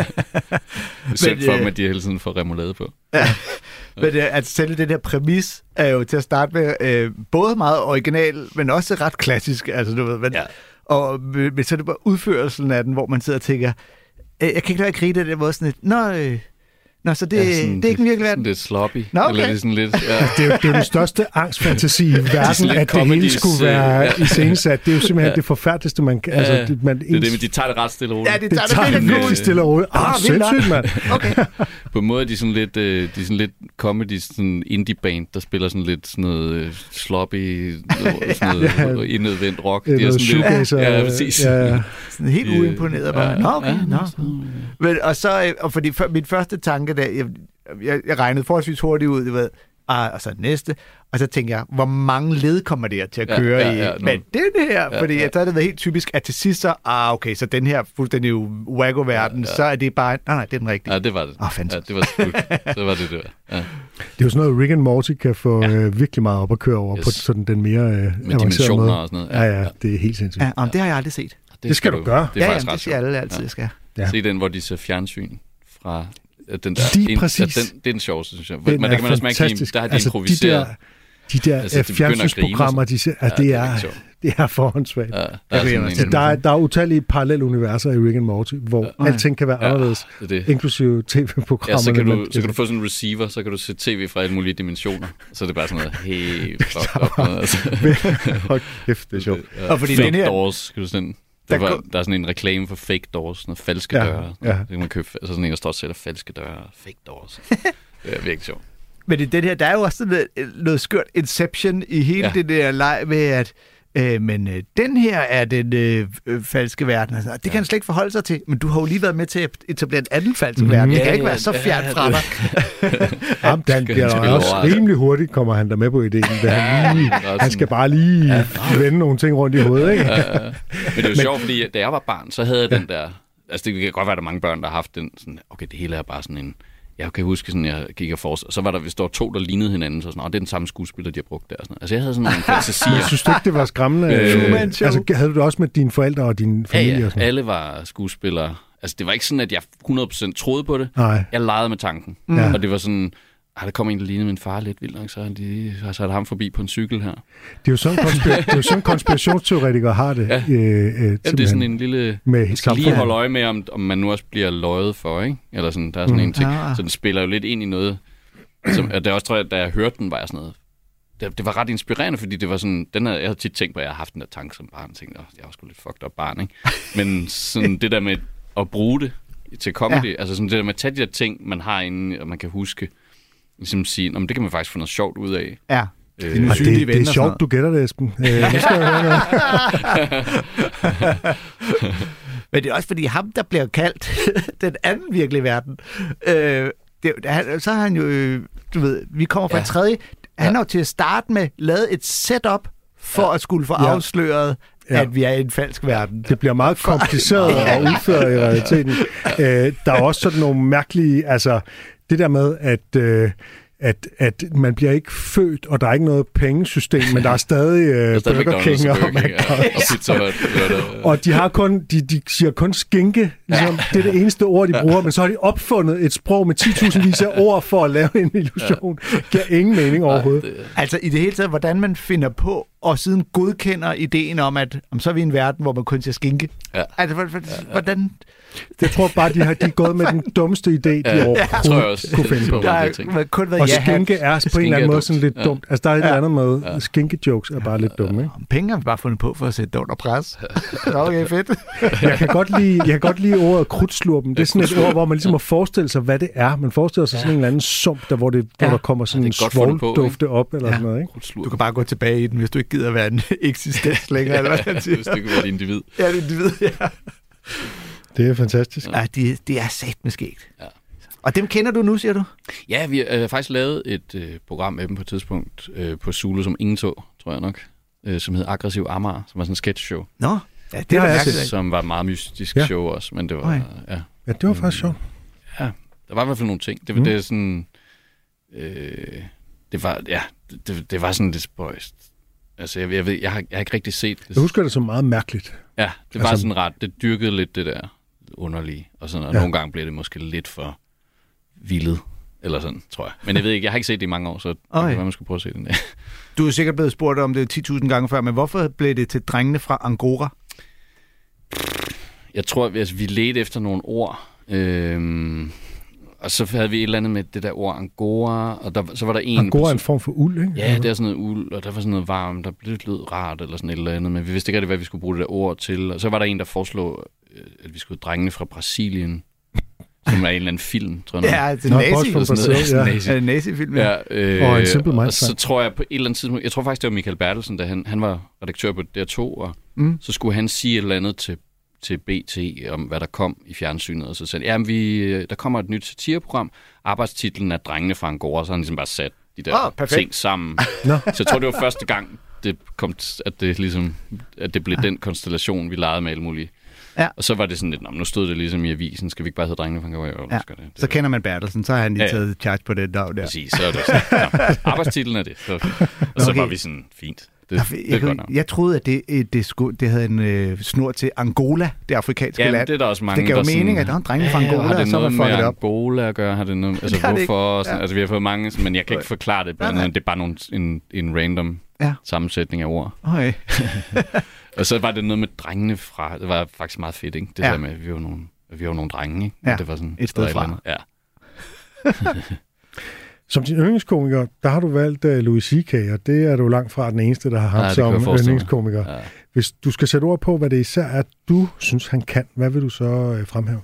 Selv for dem, at de hele tiden får remoulade på. Ja. Men altså, selv det der præmis er jo til at starte med både meget original, men også ret klassisk. Altså, du ved, men, og så er det bare udførelsen af den, hvor man sidder og tænker, jeg kan ikke lade at grine det der måde sådan et, Nå, så det er ikke en virkelig verden. Det er sloppy. Nå, okay. Eller det er sådan lidt... Ja. Det er jo den største angstfantasi i verden, at det hele skulle være iscenesat. Det er jo simpelthen det forfærdeligste, man kan... Altså, det er det, men de tager det ret stille og roligt. Ja, de tager det stille og roligt. Sindssygt, mand. Okay. På en måde er de sådan lidt comedy, sådan indie-band, der spiller sådan lidt sådan noget sloppy, sådan noget indadvendt rock. Det er sådan shoegazer. Ja, præcis. Sådan helt uimponeret. Bare. Okay. Men, og så, og fordi min første tanke, der, jeg regnede forholdsvis hurtigt ud, du ved, og så næste, og så tænker jeg, hvor mange led kommer det her til at køre i? Men det er det her, fordi så har det været helt typisk, at til sidst så, okay, så den her fuldstændig wacko-verden, så er det bare, nej, det er den rigtige. Ja, det var det. Det var slut. Så var det. Ja. Det er jo sådan noget, Rick and Morty kan få virkelig meget op at køre over på sådan den mere med dimensioner måde. Og sådan noget. Ja, det er helt sindssygt. Ja, det har jeg aldrig set. Det skal du gøre. Det er faktisk det siger alle altid, skal. Ja. Se den, hvor de ser fjernsyn fra den der. Lige præcis. Det er den sjoveste, synes jeg. Men det kan man også mærke, der har de improviseret. De der fjernsynsprogrammer, det er forhåndssvagt. Der er utallige paralleluniverser i Rick and Morty, hvor alting kan være anderledes, inklusive tv-programmer. Ja, så kan du få sådan en receiver, så kan du se tv fra alle mulige dimensioner. Så er det bare sådan noget helt fucked up. Hold kæft, det er sjovt. Fake doors, kan du sådan... Der er sådan en reklame for fake doors, sådan noget falske døre. Det kan man købe, altså sådan en, der står og sælger falske døre, fake doors. Det er virkelig sjovt. Men i den her, der er jo også noget skørt Inception i hele det der leg med, at men den her er den falske verden. Altså, det kan han slet ikke forholde sig til. Men du har jo lige været med til at etablere en anden falsk verden. Det kan ikke være så fjernt fra dig. Han bliver også rimelig hurtigt, kommer han der med på ideen. Han skal bare lige vende nogle ting rundt i hovedet. Ikke? Men det er jo sjovt, fordi da jeg var barn, så havde jeg den der... Altså det kan godt være, at der er mange børn, der har haft den sådan... Okay, det hele er bare sådan en... Jeg kan huske, sådan, jeg gik og forstod, og så var der vist to, der lignede hinanden, så sådan, det er den samme skuespiller, de har brugt der. Sådan. Altså, jeg havde sådan nogle fantasier. Jeg synes ikke, det var skræmmende. Altså, havde du det også med dine forældre og din familie? Ja, og sådan? Alle var skuespillere. Altså, det var ikke sådan, at jeg 100% troede på det. Nej. Jeg legede med tanken. Og det var sådan... der kom en, der lignede min far lidt vildt nok, så er ham forbi på en cykel her. Det er jo sådan, konspirationsteoretikere har det. Ja. Det er sådan en lille... Man skal lige holde øje med, om man nu også bliver løjet for, ikke? Eller sådan, der er sådan en ting. Så den spiller jo lidt ind i noget. Som, det er også, tror jeg, da jeg hørte den, var jeg sådan noget... Det var ret inspirerende, fordi det var sådan... jeg havde tit tænkt på, at jeg har haft den der tanke som barn. Jeg tænkte, jeg var sgu lidt fucked up barn, ikke? Men sådan det der med at bruge det til comedy. Altså sådan det der med at tage de der ting, man har inde, og man kan huske, ligesom sige, det kan man faktisk få noget sjovt ud af. Ja. Det er sjovt, du gætter det, Esben. Nu skal jeg høre noget. Men det er også fordi ham, der bliver kaldt den anden virkelige verden. Så har han jo, du ved, vi kommer fra et tredje. Han har jo til at starte med lavet et setup for at skulle få afsløret, at vi er i en falsk verden. Det bliver meget kompliceret at udføre i realiteten. Der er også sådan nogle mærkelige, altså det der med, at man bliver ikke født, og der er ikke noget pengesystem, men der er stadig Burger King og McDonald's. Og de har de siger kun skinke. Ligesom, det er det eneste ord, de bruger, men så har de opfundet et sprog med 10.000 vis af ord for at lave en illusion. Det giver ingen mening overhovedet. Altså i det hele taget, hvordan man finder på, og siden godkender ideen om, at så er vi i en verden, hvor man kun siger skinke. Ja. Altså, hvordan... Jeg tror bare, de er gået med den dummeste idé, de overhovedet kunne finde på. Og skinke er på en eller anden måde sådan lidt dumt. Altså, der er et eller andet med, skinke-jokes er bare lidt dumme, ikke? Penge har vi bare fundet på for at sætte det under pres. Okay, fedt. Jeg kan godt lide ordet krudtslurpen. Det er sådan et ord, hvor man ligesom må forestille sig, hvad det er. Man forestiller sig sådan en eller anden sump, hvor der kommer sådan en svovldufte op, eller sådan noget, ikke? Du kan bare gå tilbage i den, hvis du ikke gider være en eksistens længere, eller hvad man siger. Hvis du ikke vil være et individ. Ja, et individ, ja. Det er fantastisk. Ja, det er satme skægt. Ja. Og dem kender du nu, siger du? Ja, vi har faktisk lavet et program med dem på et tidspunkt på Zulu, som ingen så, tror jeg nok, som hed Aggressiv Amager, som var sådan en sketch-show. Nå, ja, det har jeg set. Som var et meget mystisk show også, men det var... Ja, det var faktisk sjovt. Ja, der var i hvert fald nogle ting. Det er sådan... Det var sådan lidt spøjst. Altså, jeg har ikke rigtig set det. Jeg husker det som meget mærkeligt. Ja, det var sådan ret. Det dyrkede lidt det der underlige, og sådan, og nogle gange blev det måske lidt for vildt, eller sådan, tror jeg. Men jeg ved ikke, jeg har ikke set det i mange år, så det kan være, man skulle prøve at se det. Du er sikkert blevet spurgt om det 10.000 gange før, men hvorfor blev det til Drengene fra Angora? Jeg tror, vi ledte efter nogle ord, og så havde vi et eller andet med det der ord Angora, og så var der en... Angora er en form for uld, ikke? Ja, det er sådan noget uld, og der var sådan noget varmt, der blev lidt rart, eller sådan et eller andet, men vi vidste ikke rigtig, hvad vi skulle bruge det der ord til. Og så var der en, der foreslog, at vi skulle Drengene fra Brasilien, som er en eller anden film, tror jeg. Ja, det er nazi. Ja. Nazi-film, ja. Og en Simple Minds. Og så tror jeg på et eller andet tidspunkt, jeg tror faktisk, det var Michael Bertelsen, da han var redaktør på DR2, og så skulle han sige et eller andet til BT om, hvad der kom i fjernsynet, og så sagde han, der kommer et nyt satireprogram, arbejdstitlen er Drengene fra Angora, så han ligesom bare sat de der ting sammen. Så jeg tror, det var første gang, det kom, at det blev den konstellation, vi legede med alle mulige. Ja. Og så var det sådan lidt, nu stod det ligesom i avisen, skal vi ikke bare hedde Drengene fra Angora? Så kender man Bertelsen, så har han lige taget charge på det navn der. Præcis, så er det sådan. Arbejdstitlen er det. Og så var vi sådan, fint. Jeg troede, at det havde en snor til Angola, det afrikanske land. Det er der også mange, det gav jo mening, at der er en drenge fra Angola, og så var fucket op. Har det noget med Angola at gøre? Har det noget, altså hvorfor? Ja. Altså vi har fået mange, men jeg kan ikke forklare det. Det er bare en random sammensætning af ord. Okay. Og så var det noget med drengene fra. Det var faktisk meget fedt, ikke? Det der med, at vi var nogle drenge, ikke? Ja, det var sådan, et sted fra. Ja. Som din yndlingskomiker, der har du valgt Louis C.K., og det er du langt fra den eneste, der har haft som yndlingskomiker. Ja. Hvis du skal sætte ord på, hvad det især er, du synes, han kan, hvad vil du så fremhæve?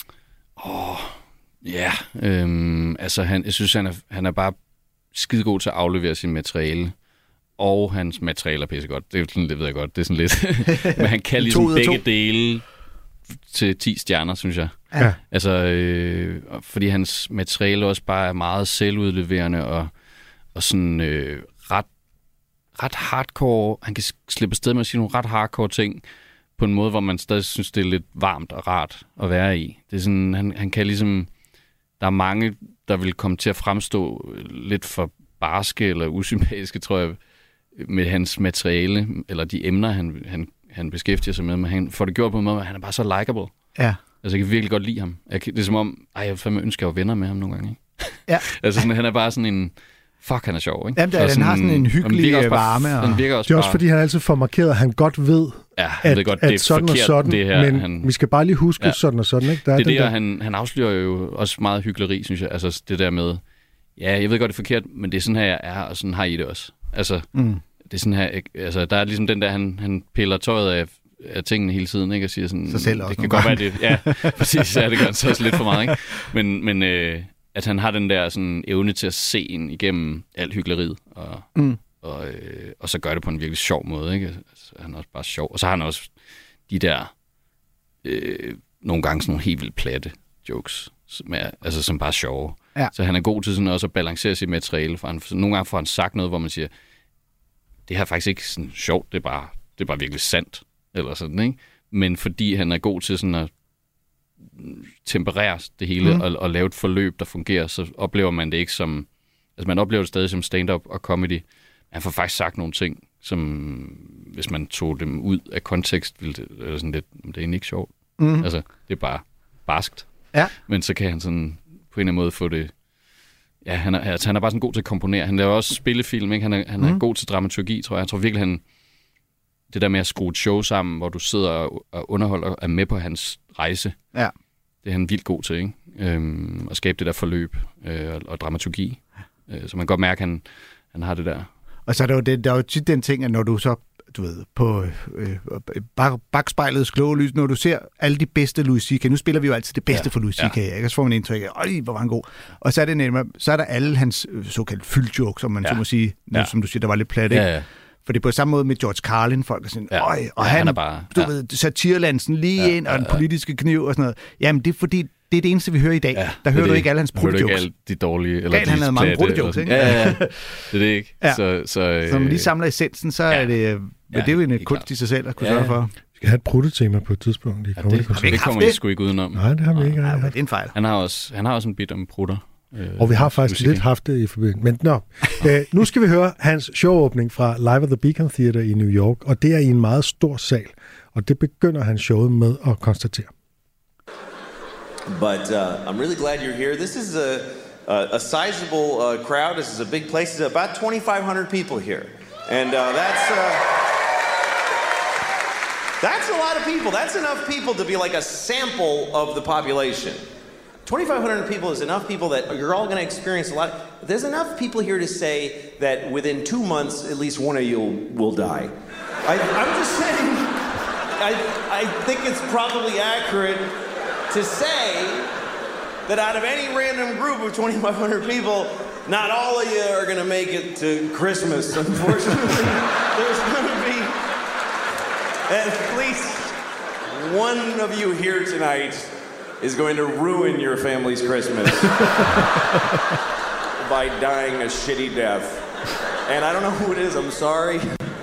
Altså jeg synes, han er bare skidegod til at aflevere sin materiale, og hans materiale er pissegodt. Det er sådan, det ved jeg godt. Det er sådan lidt... Men han kan ligesom begge dele til 10 stjerner, synes jeg. Ja. Altså, fordi hans materiale også bare er meget selvudleverende og sådan ret hardcore. Han kan slippe afsted med at sige nogle ret hardcore ting på en måde, hvor man stadig synes, det er lidt varmt og rart at være i. Det er sådan, han kan ligesom... Der er mange, der vil komme til at fremstå lidt for barske eller usympatiske, tror jeg, med hans materiale, eller de emner, han beskæftiger sig med, men han får det gjort på en måde, at han er bare så likable. Ja. Altså, jeg kan virkelig godt lide ham. Det er som om, jeg fandme ønsker, at jeg var venner med ham nogle gange, ikke? Ja. Altså, sådan, han er bare sådan en... Fuck, han er sjov, ikke? Jamen, han har sådan en hyggelig varme. Han virker også det er også, fordi han altid får markeret, at han godt ved, at sådan og sådan, det her, men vi skal bare lige huske sådan og sådan, ikke? Han afslører jo også meget hykleri, synes jeg. Altså, det der med, jeg ved godt, det er forkert, men det er sådan her, jeg er, og sådan har I det også. Altså, det er sådan her, altså, der er ligesom den der, han piller tøjet af af tingene hele tiden, ikke? Og siger sådan... Så selv også det kan godt være det. Ja, præcis. Ja, det gør han så også lidt for meget, ikke? Men at han har den der sådan evne til at se en igennem alt hyggeleriet, og så gør det på en virkelig sjov måde, ikke? Altså, han er også bare sjov. Og så har han også de der nogle gange sådan nogle helt vildt platte jokes, som bare er sjove. Ja. Så han er god til sådan også at balancere sit materiale, for nogle gange får han sagt noget, hvor man siger, det her er faktisk ikke sådan sjovt, det er bare virkelig sandt, eller sådan, ikke? Men fordi han er god til sådan at temperere det hele og lave et forløb, der fungerer, så oplever man det ikke som... Altså man oplever det stadig som stand-up og comedy. Han får faktisk sagt nogle ting, som hvis man tog dem ud af kontekst, ville det eller sådan lidt, det er egentlig ikke sjovt. Altså, det er bare barskt. Ja. Men så kan han sådan på en eller anden måde få det... Ja, han er bare sådan god til at komponere. Han laver også spillefilm, ikke? Han er god til dramaturgi, tror jeg. Jeg tror virkelig, det der med at skrue et show sammen, hvor du sidder og underholder og er med på hans rejse, det er han vildt god til, ikke? At skabe det der forløb og dramaturgi. Så man kan godt mærke, at han har det der. Og så er der jo tit den ting, at når du så, du ved, på bagspejlets kloge lys, når du ser alle de bedste Louis C.K., nu spiller vi jo altid det bedste for Louis C.K., ikke? Så får man indtryk af, hvor var han god. Og så er det nemlig, så er der alle hans såkaldt fyldjokes, som man så må sige, som du siger, der var lidt plat, ikke? Ja. For det er på samme måde med George Carlin, folk er sådan, og han er bare, du ved, satirelandsen lige ind, og den politiske kniv og sådan noget. Jamen, det er fordi, det er det eneste, vi hører i dag. Ja, der hører du ikke alle hans bruttejokes. Hører du ikke alle de dårlige, eller de han havde mange bruttejokes, ikke? Ja. Det er det ikke. Ja. Så når man lige samler essensen, så er det... Men det er jo en kunst i sig selv at kunne sørge for. Vi skal have et bruttetema på et tidspunkt. Det kommer I sgu ikke udenom. Nej, det har vi ikke. Nej, det er en fejl. Han har også en bit om brutter. Og vi har faktisk lidt haft det i forbindelse. Men nu skal vi høre hans showåbning fra Live at the Beacon Theater i New York, og det er i en meget stor sal. Og det begynder han showet med at konstatere. But I'm really glad you're here. This is a sizable crowd. This is a big place. There's about 2,500 people here. And that's a lot of people. That's enough people to be like a sample of the population. 2,500 people is enough people that you're all going to experience a lot. There's enough people here to say that within 2 months, at least one of you will die. I'm just saying, I think it's probably accurate to say that out of any random group of 2,500 people, not all of you are going to make it to Christmas. Unfortunately, there's going to be at least one of you here tonight is going to ruin your family's Christmas by dying a shitty death. And I don't know who it is, I'm sorry.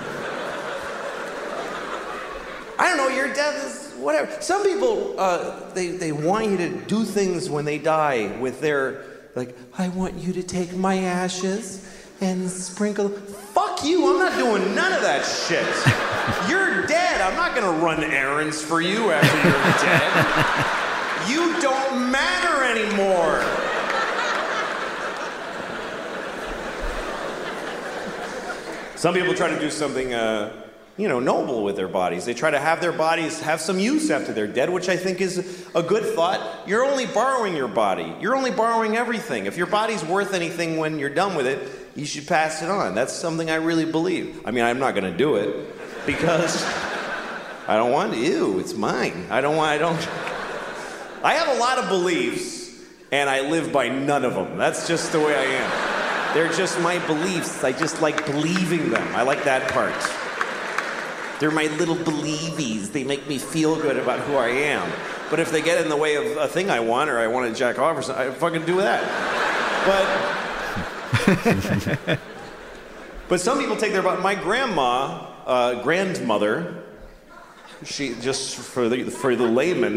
I don't know, your death is whatever. Some people, they want you to do things when they die with their, like, I want you to take my ashes and sprinkle. Fuck you, I'm not doing none of that shit. You're dead, I'm not gonna run errands for you after you're dead. You don't matter anymore. Some people try to do something, noble with their bodies. They try to have their bodies have some use after they're dead, which I think is a good thought. You're only borrowing your body. You're only borrowing everything. If your body's worth anything when you're done with it, you should pass it on. That's something I really believe. I mean, I'm not going to do it because I don't want to. Ew, it's mine. I have a lot of beliefs, and I live by none of them. That's just the way I am. They're just my beliefs. I just like believing them. I like that part. They're my little believies. They make me feel good about who I am. But if they get in the way of a thing I want, or I want to jack off or something, I fucking do that. But some people take their... My grandmother, she just for the layman...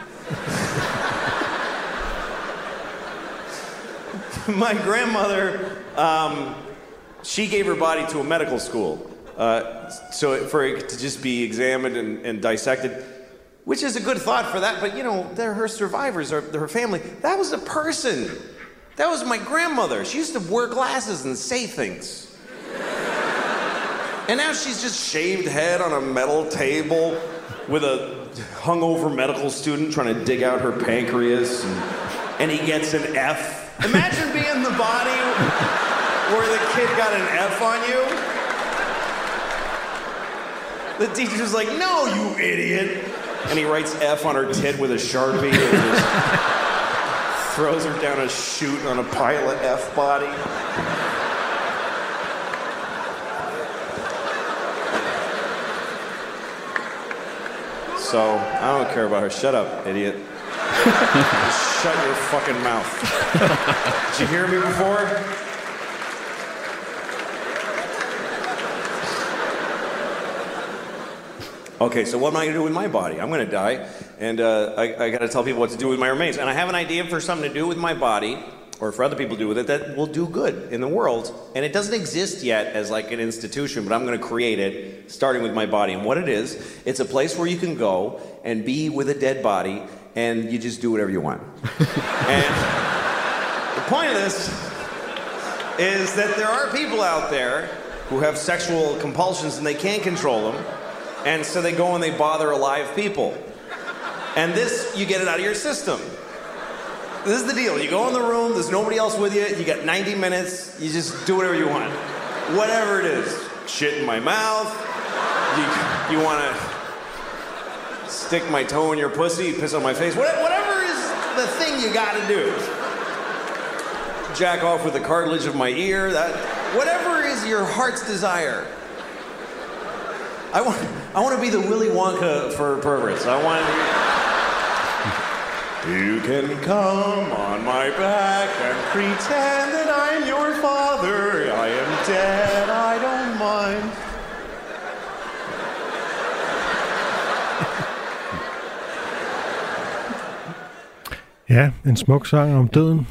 My grandmother, she gave her body to a medical school, so for it to just be examined and dissected, which is a good thought for that. But they're her survivors, or her family. That was a person. That was my grandmother. She used to wear glasses and say things. And now she's just shaved head on a metal table with a hungover medical student trying to dig out her pancreas, and he gets an F. Imagine being the body where the kid got an F on you. The teacher's like, no, you idiot. And he writes F on her tit with a Sharpie and just throws her down a chute on a pile of F body. So, I don't care about her. Shut up, idiot. Just shut your fucking mouth. Did you hear me before? Okay, so what am I going to do with my body? I'm going to die, and I got to tell people what to do with my remains. And I have an idea for something to do with my body, or for other people to do with it, that will do good in the world. And it doesn't exist yet as like an institution, but I'm going to create it, starting with my body. And what it is, it's a place where you can go and be with a dead body, and you just do whatever you want. And the point of this is that there are people out there who have sexual compulsions and they can't control them. And so they go and they bother alive people. And this, you get it out of your system. This is the deal. You go in the room, there's nobody else with you, you got 90 minutes, you just do whatever you want. Whatever it is. Shit in my mouth, you want to stick my toe in your pussy, piss on my face, whatever is the thing you got to do. Jack off with the cartilage of my ear, whatever is your heart's desire. I want to be the Willy Wonka for perverts. You can come on my back and pretend that I'm your father. I am dead, I don't mind. Ja, en smuk sang om døden.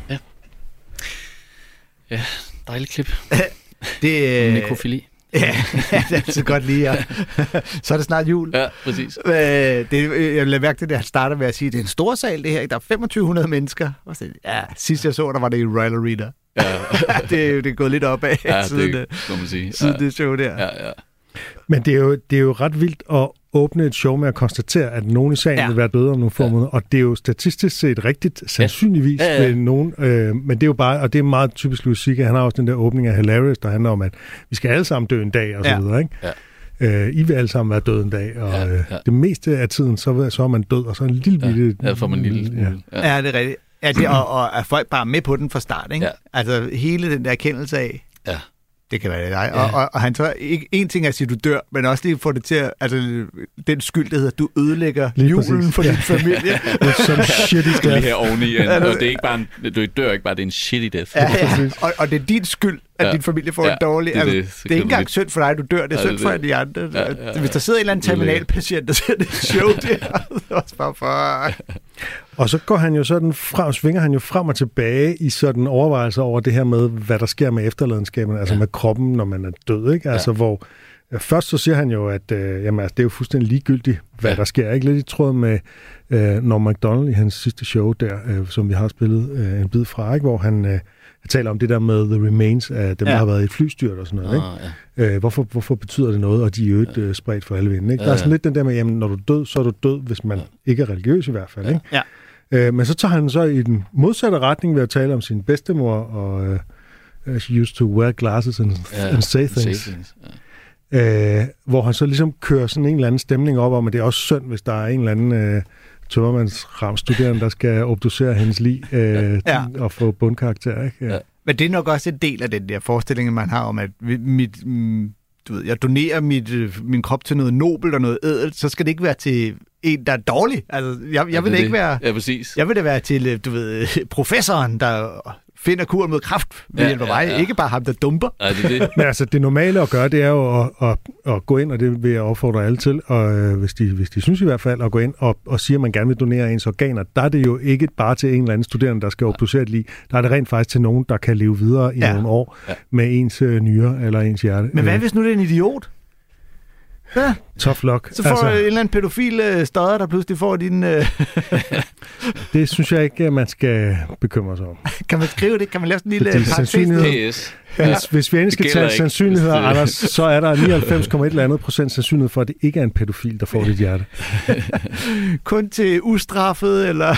Ja, dejligt klip. Det nekrofili. Ja, det er så godt lige. Ja. Så er det snart jul. Ja, præcis. Jeg vil lade mærke til det, han starter med at sige, at det er en stor sal, det her. Der er 2500 mennesker. Ja, sidst jeg så, der var det i Royal Arena. Ja. det er gået lidt opad siden, det kan man sige. Siden det show der. Ja. Men det er jo ret vildt at åbne et show med at konstatere, at nogen i salen vil være døde om nogle få måneder, og det er jo statistisk set rigtigt, sandsynligvis ved nogen, men det er jo bare, og det er meget typisk Louis C.K., han har også den der åbning af Hilarious, der handler om, at vi skal alle sammen dø en dag, og så videre, ikke? Ja. I vil alle sammen være døde en dag, og det meste af tiden, så er man død, og så en lille bitte... Ja, får man en lille... Ja, det er rigtigt. Ja, det, og er folk bare med på den fra start, ikke? Ja. Altså hele den der erkendelse af... Ja. Det kan være det dig. Ja. Og han så ikke en ting er at sige, du dør, men også lige få det til at, altså den skyld, der hedder, du ødelægger lige julen præcis. For din familie. Some shitty death. Lige her oveni. Og det er ikke bare du dør ikke bare, det er en shitty death. Ja. Og det er din skyld, at din familie får en dårlig... Det er ikke engang synd for dig, du dør. Det er synd for de andre. Hvis der sidder en eller anden terminalpatient, der ser det show der, det er også bare for... Og så går han jo sådan svinger han jo frem og tilbage i sådan overvejelser over det her med, hvad der sker med efterladenskaben, altså med kroppen, når man er død, ikke? Altså hvor først så siger han jo, at jamen, altså, det er jo fuldstændig ligegyldigt, hvad der sker. Ikke lidt i tråd med Norm Macdonald i hans sidste show der, som vi har spillet en bid fra, ikke? Hvor han taler om det der med the remains af dem, der har været i et flystyrt og sådan noget. Ikke? Hvorfor betyder det noget, og de er jo ikke spredt for alle vinde. Ikke? Der er sådan lidt den der med, jamen når du er død, så er du død, hvis man ikke er religiøs i hvert fald. Ikke? Ja. Men så tager han så i den modsatte retning ved at tale om sin bedstemor, og she used to wear glasses and say things. Hvor han så ligesom kører sådan en eller anden stemning op om, at det er også synd, hvis der er en eller anden tømmermandsramstuderende, der skal obducere hendes lig og få bundkarakter. Ikke? Ja. Men det er nok også en del af den der forestilling, man har om, at jeg donerer min krop til noget nobelt og noget ædelt, så skal det ikke være til en, der er dårlig. Altså, jeg vil det ikke være... Ja, præcis. Jeg vil det være til, professoren, der finder kuren mod kræft ved hjælp af mig. Ikke bare ham, der dumper. Ja, det. Men altså, det normale at gøre, det er jo at gå ind, og det vil jeg opfordre alle til, og hvis de synes i hvert fald, at gå ind og sige, at man gerne vil donere ens organer, der er det jo ikke bare til en eller anden studerende, der skal obducere et lig. Der er det rent faktisk til nogen, der kan leve videre i nogle år med ens nyre eller ens hjerte. Men hvad hvis nu det er en idiot? Ja. Tough luck. Så får en eller anden pædofil stodder, der pludselig får din... Det synes jeg ikke, man skal bekymre sig om. Kan man skrive det? Kan man lave sådan en lille parentes? Hvis vi endelig skal tage sandsynligheder, Anders, så er der 99,1% sandsynlighed for, at det ikke er en pædofil, der får dit hjerte. Kun til ustraffet, eller...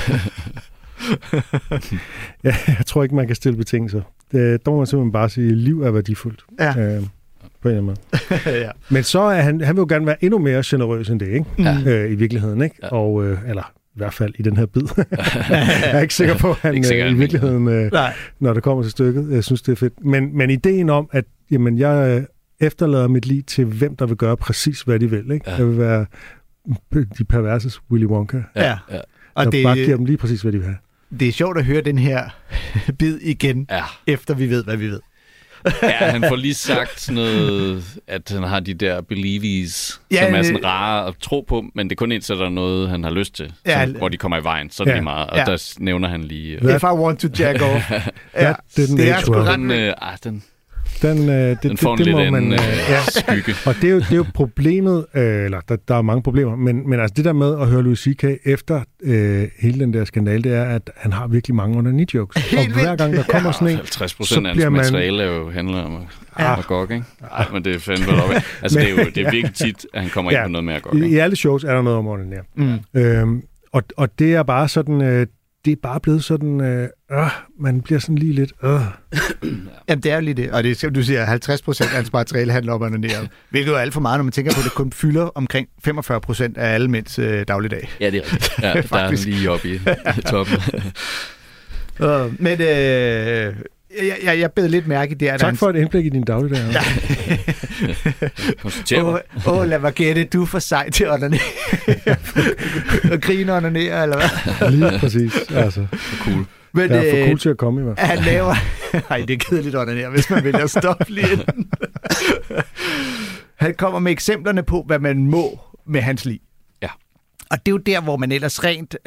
Ja, jeg tror ikke, man kan stille betingelser. Der må man simpelthen bare sige, at liv er værdifuldt. Ja. på en eller anden måde. Ja. Men så er han vil jo gerne være endnu mere generøs end det, ikke? Ja. I virkeligheden, ikke? Ja. Og, eller i hvert fald i den her bid. Jeg er ikke sikker på, at han i virkeligheden, når det kommer til stykket, jeg synes, det er fedt. Men ideen om, at jamen, jeg efterlader mit liv til hvem, der vil gøre præcis, hvad de vil, ikke? Ja. Jeg vil være de perverses Willy Wonka. Ja. Og det bare giver dem lige præcis, hvad de vil have. Det er sjovt at høre den her bid igen, efter vi ved, hvad vi ved. Ja, han får lige sagt noget, at han har de der believies, som er sådan rare at tro på, men det er kun indtil der er noget, han har lyst til, hvor de kommer i vejen, så er det lige meget. Og der nævner han lige... If I want to jack off. Det er sgu ret... Den får en lidt anden skygge. Og det er jo problemet, eller der er mange problemer, men altså det der med at høre Louis C.K. efter hele den der skandale, det er, at han har virkelig mange onani-jokes. Og hver gang der kommer sådan en... 50% af hans materiale jo handler om Magog, ikke? Men det er fandme deroppe. Altså det er virkelig tit, at han kommer ind på noget med Magog. I alle shows er der noget om onanere. Og det er bare sådan... det er bare blevet sådan, man bliver sådan lige lidt, Jamen, det er jo lige det. Og det er, du siger, 50% af hans materiale handler om onanere. Hvilket jo er alt for meget, når man tænker på, at det kun fylder omkring 45% af alle mænds dagligdag. Ja, det er rigtigt. Ja, der er lige oppe i toppen. Men jeg bed lidt mærke i det. Tak for et indblik i din dagligdag. Lad mig gætte, du er for sej til at onanere. Og grine og onanere, eller hvad? Lige præcis. Altså. Cool. Men, jeg er for cool til at komme i hvert fald. Han laver... Ej, det er kedeligt at onanere, hvis man vælger at stoppe lige inden. Han kommer med eksemplerne på, hvad man må med hans liv. Ja. Og det er jo der, hvor man ellers rent,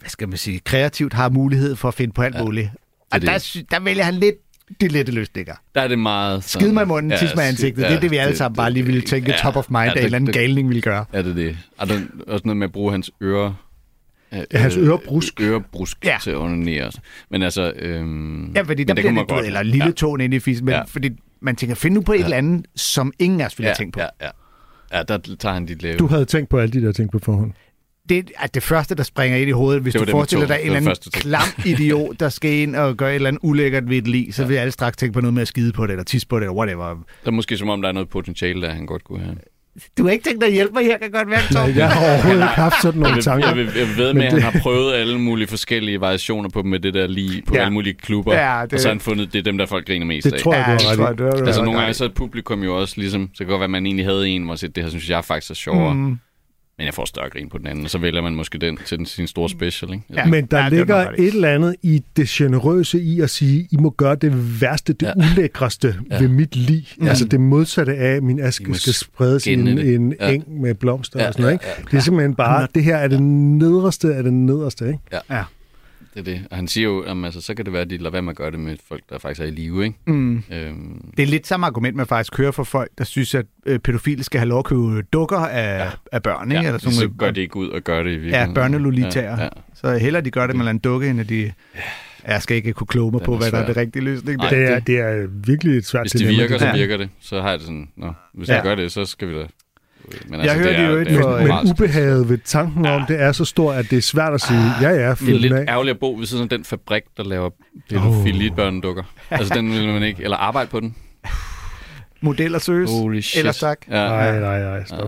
kreativt har mulighed for at finde på alt muligt. Og der vælger han lidt de lette løsninger. Der er det meget... Skid mig i munden, tis mig i ansigtet. Det er det, vi alle sammen bare lige ville tænke top of mind, at en eller anden galning ville gøre. Ja, det. Og der er også noget med at bruge hans ører... hans ørebrusk. Til at onanere. Men altså... fordi der bliver lidt eller lille tåen ind i fissen, men fordi man tænker, find nu på et eller andet, som ingen af os ville have tænkt på. Ja, der tager han dit lave. Du havde tænkt på alle de der ting på forhånd. Det er det første, der springer ind i hovedet. Hvis du forestiller dig en eller anden klam idiot, der skal ind og gøre et eller andet ulækkert ved et lig, så vil alle straks tænke på noget med at skide på det, eller tisse på det, eller whatever. Det er måske som om, der er noget potentiale, der han godt kunne have. Du har ikke tænkt dig at hjælpe mig her, kan godt være, Tom. Jeg har overhovedet ikke haft sådan nogle tanker. Jeg ved med, at han har prøvet alle mulige forskellige variationer på med det der lige på alle mulige klubber, og så har han fundet, det er dem, der folk griner mest af. Det tror jeg, du har ret i. Altså nogle gange så er et publikum jo også ligesom, så kan godt være, at man egentlig havde en, hvor det her synes jeg faktisk er sjovere. Men jeg får større grin på den anden, og så vælger man måske den til sin store special, ikke? Ja. Men der ligger et eller andet i det generøse i at sige, I må gøre det værste, det ulækreste ved mit liv. Altså det modsatte af, min aske skal spredes i en eng med blomster og sådan noget, ikke? Det er simpelthen bare, det her er det nederste af det nederste, ikke? Ja. Det er det. Og han siger jo, altså, så kan det være, at de lader være med at gøre det med folk, der faktisk er i live, ikke? Det er lidt samme argument, man faktisk kører for folk, der synes, at pædofile skal have lov at købe dukker af børn, ikke? Eller så gør det ikke ud og gør det i virkeligheden. Ja, børnelolitaer. Så hellere de gør det med en dukke, end at de... Jeg skal ikke kunne kloge mig på, hvad der er det rigtige løsning. Det er virkelig et svært dilemma. Hvis det virker, så virker det. Så har jeg det sådan, hvis jeg gør det, så skal vi da... Men altså, jeg hørte jo men ubehaget ved tanken om, det er så stort, at det er svært at sige, det er lidt ærgerligt at bo ved sådan den fabrik, der laver pædofili-børnedukker. Altså, den vil man ikke... Eller arbejde på den. Modeller søges. Eller tak. Nej, stop.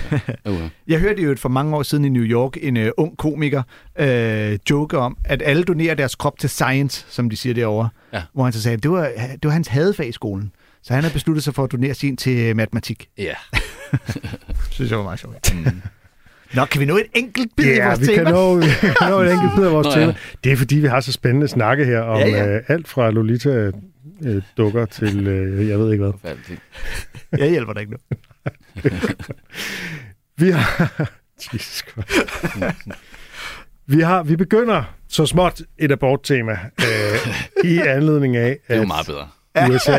Jeg hørte jo for mange år siden i New York en ung komiker joke om, at alle donerer deres krop til science, som de siger derovre. Ja. Hvor han så sagde, det var hans hadefag i skolen. Så han har besluttet sig for at donere sin til matematik. Ja. Synes jeg var meget sjovt. Nå, kan vi nå et enkelt bid i vores tema? Ja, vi kan nå et enkelt bid af vores tema. Det er fordi, vi har så spændende snakke her om alt fra Lolita dukker til, jeg ved ikke hvad. Jeg hjælper dig ikke nu. Vi har... Jesus Christ. Vi begynder så småt et aborttema i anledning af, at... Det er jo meget bedre. USA...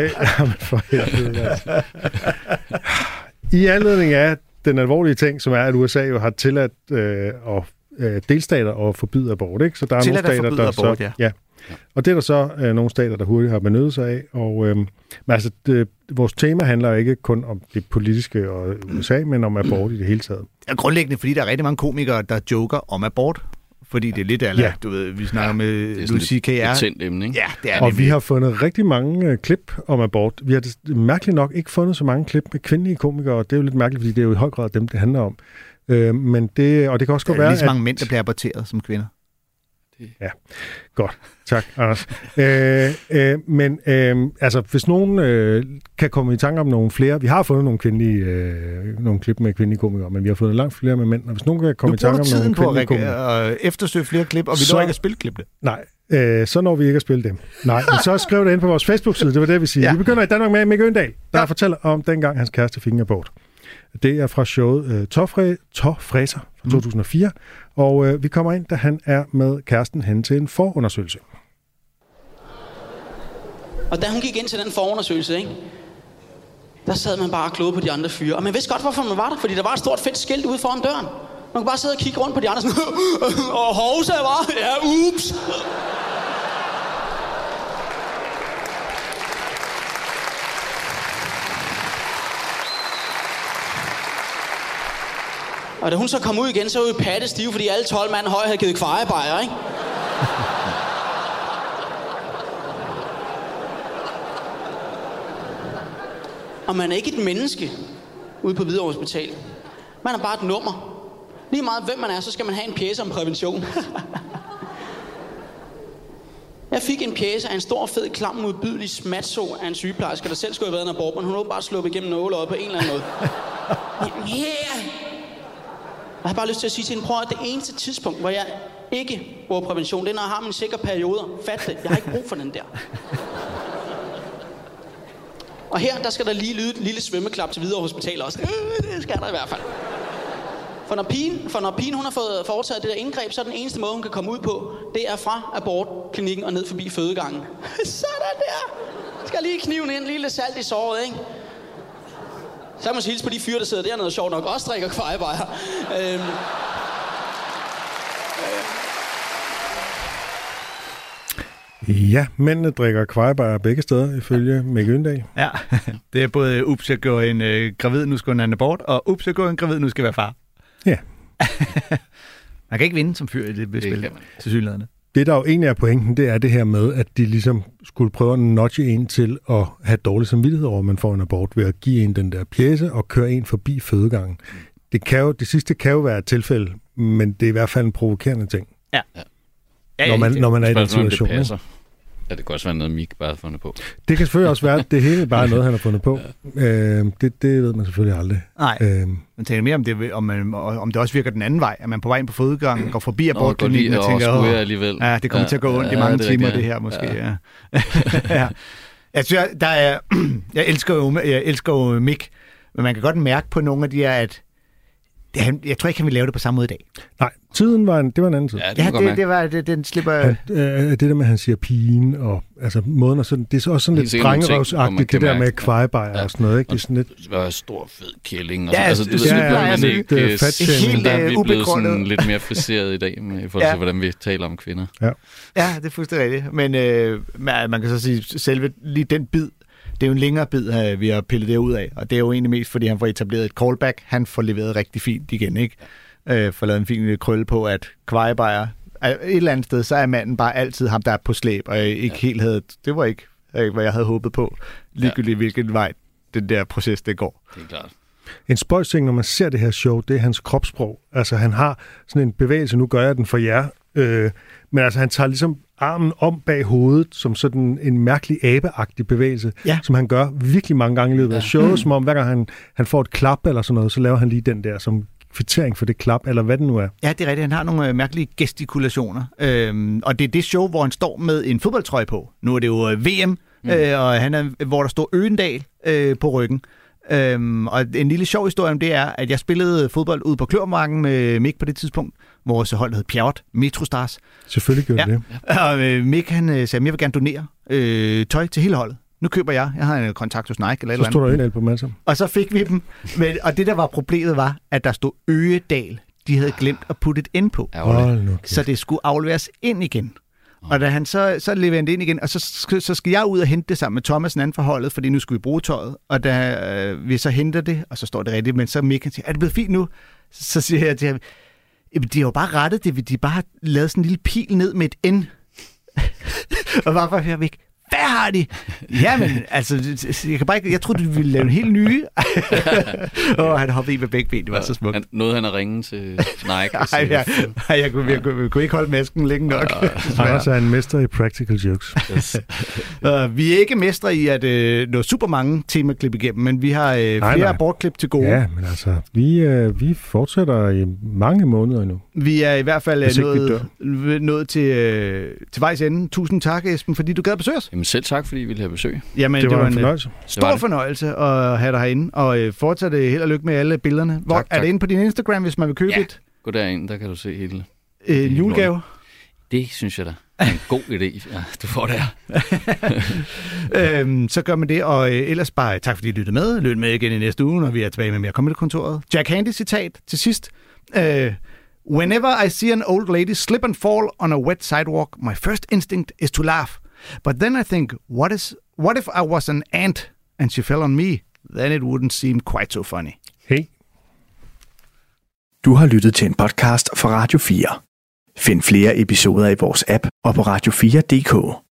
I anledning af den alvorlige ting, som er, at USA jo har tilladt delstater at forbyde abort, ikke? Så der er nogle stater, der abort, så... Ja. Og det er der så nogle stater, der hurtigt har benyttet sig af. Og men altså, vores tema handler jo ikke kun om det politiske og USA, men om abort i det hele taget. Ja, grundlæggende, fordi der er rigtig mange komikere, der joker om abort. Fordi det er lidt du ved, vi snakker med Louis C.K. et tændt emne, ikke? Ja, det er og vi har fundet rigtig mange klip om abort. Vi har mærkeligt nok ikke fundet så mange klip med kvindelige komikere, og det er jo lidt mærkeligt, fordi det er jo i høj grad dem, det handler om. Men det kan også godt være, lige så mange mænd, der bliver aborteret som kvinder. Ja, godt. Tak, Anders. Men hvis nogen kan komme i tanke om nogle flere... Vi har fundet nogle klip med kvindelige komikere, men vi har fundet langt flere med mænd. Og hvis nogen kan komme i tanke om nogle kvindelige komikere... Nu bruger du tiden på at eftersøge flere klip, og vi når ikke at spille klippene. Nej, så når vi ikke at spille dem. Nej, men så skriv det ind på vores Facebook-side. Det var det, vi siger. Ja. Vi begynder i Danmark med Mikke Øgendahl, der fortæller om dengang hans kæreste fik en abort. Det er fra showet Tårfræser fra 2004, og vi kommer ind, da han er med kæresten hen til en forundersøgelse. Og da hun gik ind til den forundersøgelse, ikke, der sad man bare og klogede på de andre fyre. Og man vidste godt, hvorfor man var der, fordi der var et stort fedt skilt ude foran døren. Man kunne bare sidde og kigge rundt på de andre sådan, og hovsa, var? Ja, ups! Og da hun så kom ud igen, så var vi pattestive, fordi alle 12 mand høje havde givet kvarebajer, ikke? Og man er ikke et menneske ude på Hvidovre Hospital. Man er bare et nummer. Lige meget hvem man er, så skal man have en pjece om prævention. Jeg fik en pjece af en stor, fed, klam, modbydelig smatso af en sygeplejerske, der selv skulle have været en abort, men hun havde bare sluppet igennem nåleøjet på en eller anden måde. Jeg har bare lyst til at sige til hende, prøv at det eneste tidspunkt, hvor jeg ikke bruger prævention, det er, når jeg har mine sikre perioder. Fat det, jeg har ikke brug for den der. Og her, der skal der lige lyde et lille svømmeklap til Hvidovre Hospital også. Det skal der i hvert fald. For når pigen hun har fået foretaget det der indgreb, så er den eneste måde, hun kan komme ud på, det er fra abortklinikken og ned forbi fødegangen. Sådan der! Skal lige kniven ind, lige lidt salt i såret, ikke? Så må jeg hilse på de fyre, der sidder dernede, sjovt nok også drikker kvarebajer. Ja, mændene drikker kvarebajer begge steder, ifølge Mikke Øgendahl. Ja, det er både ups, jeg går en gravid, nu skal han abort, og ups, jeg går en gravid, nu skal være far. Ja. Man kan ikke vinde som fyr i det spil, til synligheden. Det, der jo egentlig er pointen, det er det her med, at de ligesom skulle prøve at nudge en til at have dårlig samvittighed over, at man får en abort ved at give en den der pjece og køre en forbi fødegangen. Det sidste kan jo være et tilfælde, men det er i hvert fald en provokerende ting. Ja. Når man er i den situation. Ja, det kan også være noget, Mik bare har fundet på. Det kan selvfølgelig også være, at det hele bare er noget, han har fundet på. Det ved man selvfølgelig aldrig. Nej, man tænker mere om det også virker den anden vej, at man på vej ind på fodgangen går forbi abortklinikken og tænker, alligevel. Ja, det kommer til at gå ondt i mange timer, det her måske. Ja. Jeg elsker jo Mik, men man kan godt mærke på nogle af de her, at jeg tror ikke, han vil lave det på samme måde i dag. Nej, tiden var en anden tid. Den slipper... Det der med, at han siger pigen, og altså måden og sådan, det er også sådan lidt drengerøvsagtigt, det der med kvarebajer og sådan noget, ikke? Det er sådan lidt... Det var stor, fed kælling. Og ja, altså, du ved, man ikke... Helt der er vi blevet sådan lidt mere friseret i dag, i forhold til, hvordan vi taler om kvinder. Ja, det er fuldstændig rigtigt. Men man kan så sige, selve lige den bid, det er jo en længere bid, vi har pillet det ud af, og det er jo egentlig mest, fordi han får etableret et callback. Han får leveret rigtig fint igen, ikke? Får lavet en fin krølle på, at kvarebajer, et eller andet sted, så er manden bare altid ham, der er på slæb, og ikke helt havde... Det var ikke, hvad jeg havde håbet på, ligegyldigt hvilken vej den der proces, det går. Det er klart. En spøjsting, når man ser det her show, det er hans kropssprog. Altså, han har sådan en bevægelse, nu gør jeg den for jer, men altså, han tager ligesom armen om bag hovedet, som sådan en mærkelig abeagtig bevægelse, som han gør virkelig mange gange i løbet af showet, som om hver gang han får et klap eller sådan noget, så laver han lige den der som kvittering for det klap, eller hvad det nu er. Ja, det er rigtigt. Han har nogle mærkelige gestikulationer, og det er det show, hvor han står med en fodboldtrøje på. Nu er det jo VM, og han er, hvor der står Øgendahl på ryggen. Og en lille sjov historie om det er, at jeg spillede fodbold ude på Kløvermarken med Mik på det tidspunkt. Vores hold hed Pjerrot, Metrostars. Selvfølgelig gjorde det. Og Mik, han sagde, at jeg vil gerne donere tøj til hele holdet. Nu køber jeg har en kontakt hos Nike eller så stod der en på masser. Og så fik vi dem. Og det, der var problemet, var, at der stod Øgedal. De havde glemt at putte et ind på. Så det skulle afleveres ind igen. Og da han så leverer det ind igen, og så skal jeg ud og hente det sammen med Thomas, den anden for holdet, fordi nu skulle vi bruge tøjet. Og da vi så henter det, og så står det rigtigt, men så Mik, han siger, er det blevet fint nu? Så siger jeg til ham, De har jo bare rettet det, de bare har lavet sådan en lille pil ned med et N. Og bare for at høre væk. Hvad har de? Jamen, altså, jeg troede, du ville lave en helt nye. Han hoppede i med begge ben, det var så smukt. Nåede han at ringe til Nike? Jeg kunne ikke holde masken længe nok. Han også er en mester i practical jokes. Yes. Vi er ikke mestre i at nå super mange temaklip igennem, men vi har flere abortklip til gode. Ja, men altså, vi fortsætter i mange måneder endnu. Vi er i hvert fald nået til vejs ende. Tusind tak, Esben, fordi du gad at besøge os. Jamen selv tak, fordi I ville have besøg. Jamen, det var en fornøjelse. Stor fornøjelse at have dig herinde, og fortsat held og lykke med alle billederne. Hvor er det inde på din Instagram, hvis man vil købe et? Gå derind, der kan du se hele. En julegave? Det synes jeg da er en god idé. Ja, du får det her. Så gør man det, og ellers bare tak, fordi I lyttede med. Lyt med igen i næste uge, når vi er tilbage med mere Comedy-kontoret. Jack Handy citat til sidst. Whenever I see an old lady slip and fall on a wet sidewalk, my first instinct is to laugh. But then I think, what if I was an ant and she fell on me? Then it wouldn't seem quite so funny. Hey. Du har lyttet til en podcast fra Radio 4. Find flere episoder i vores app og på radio4.dk.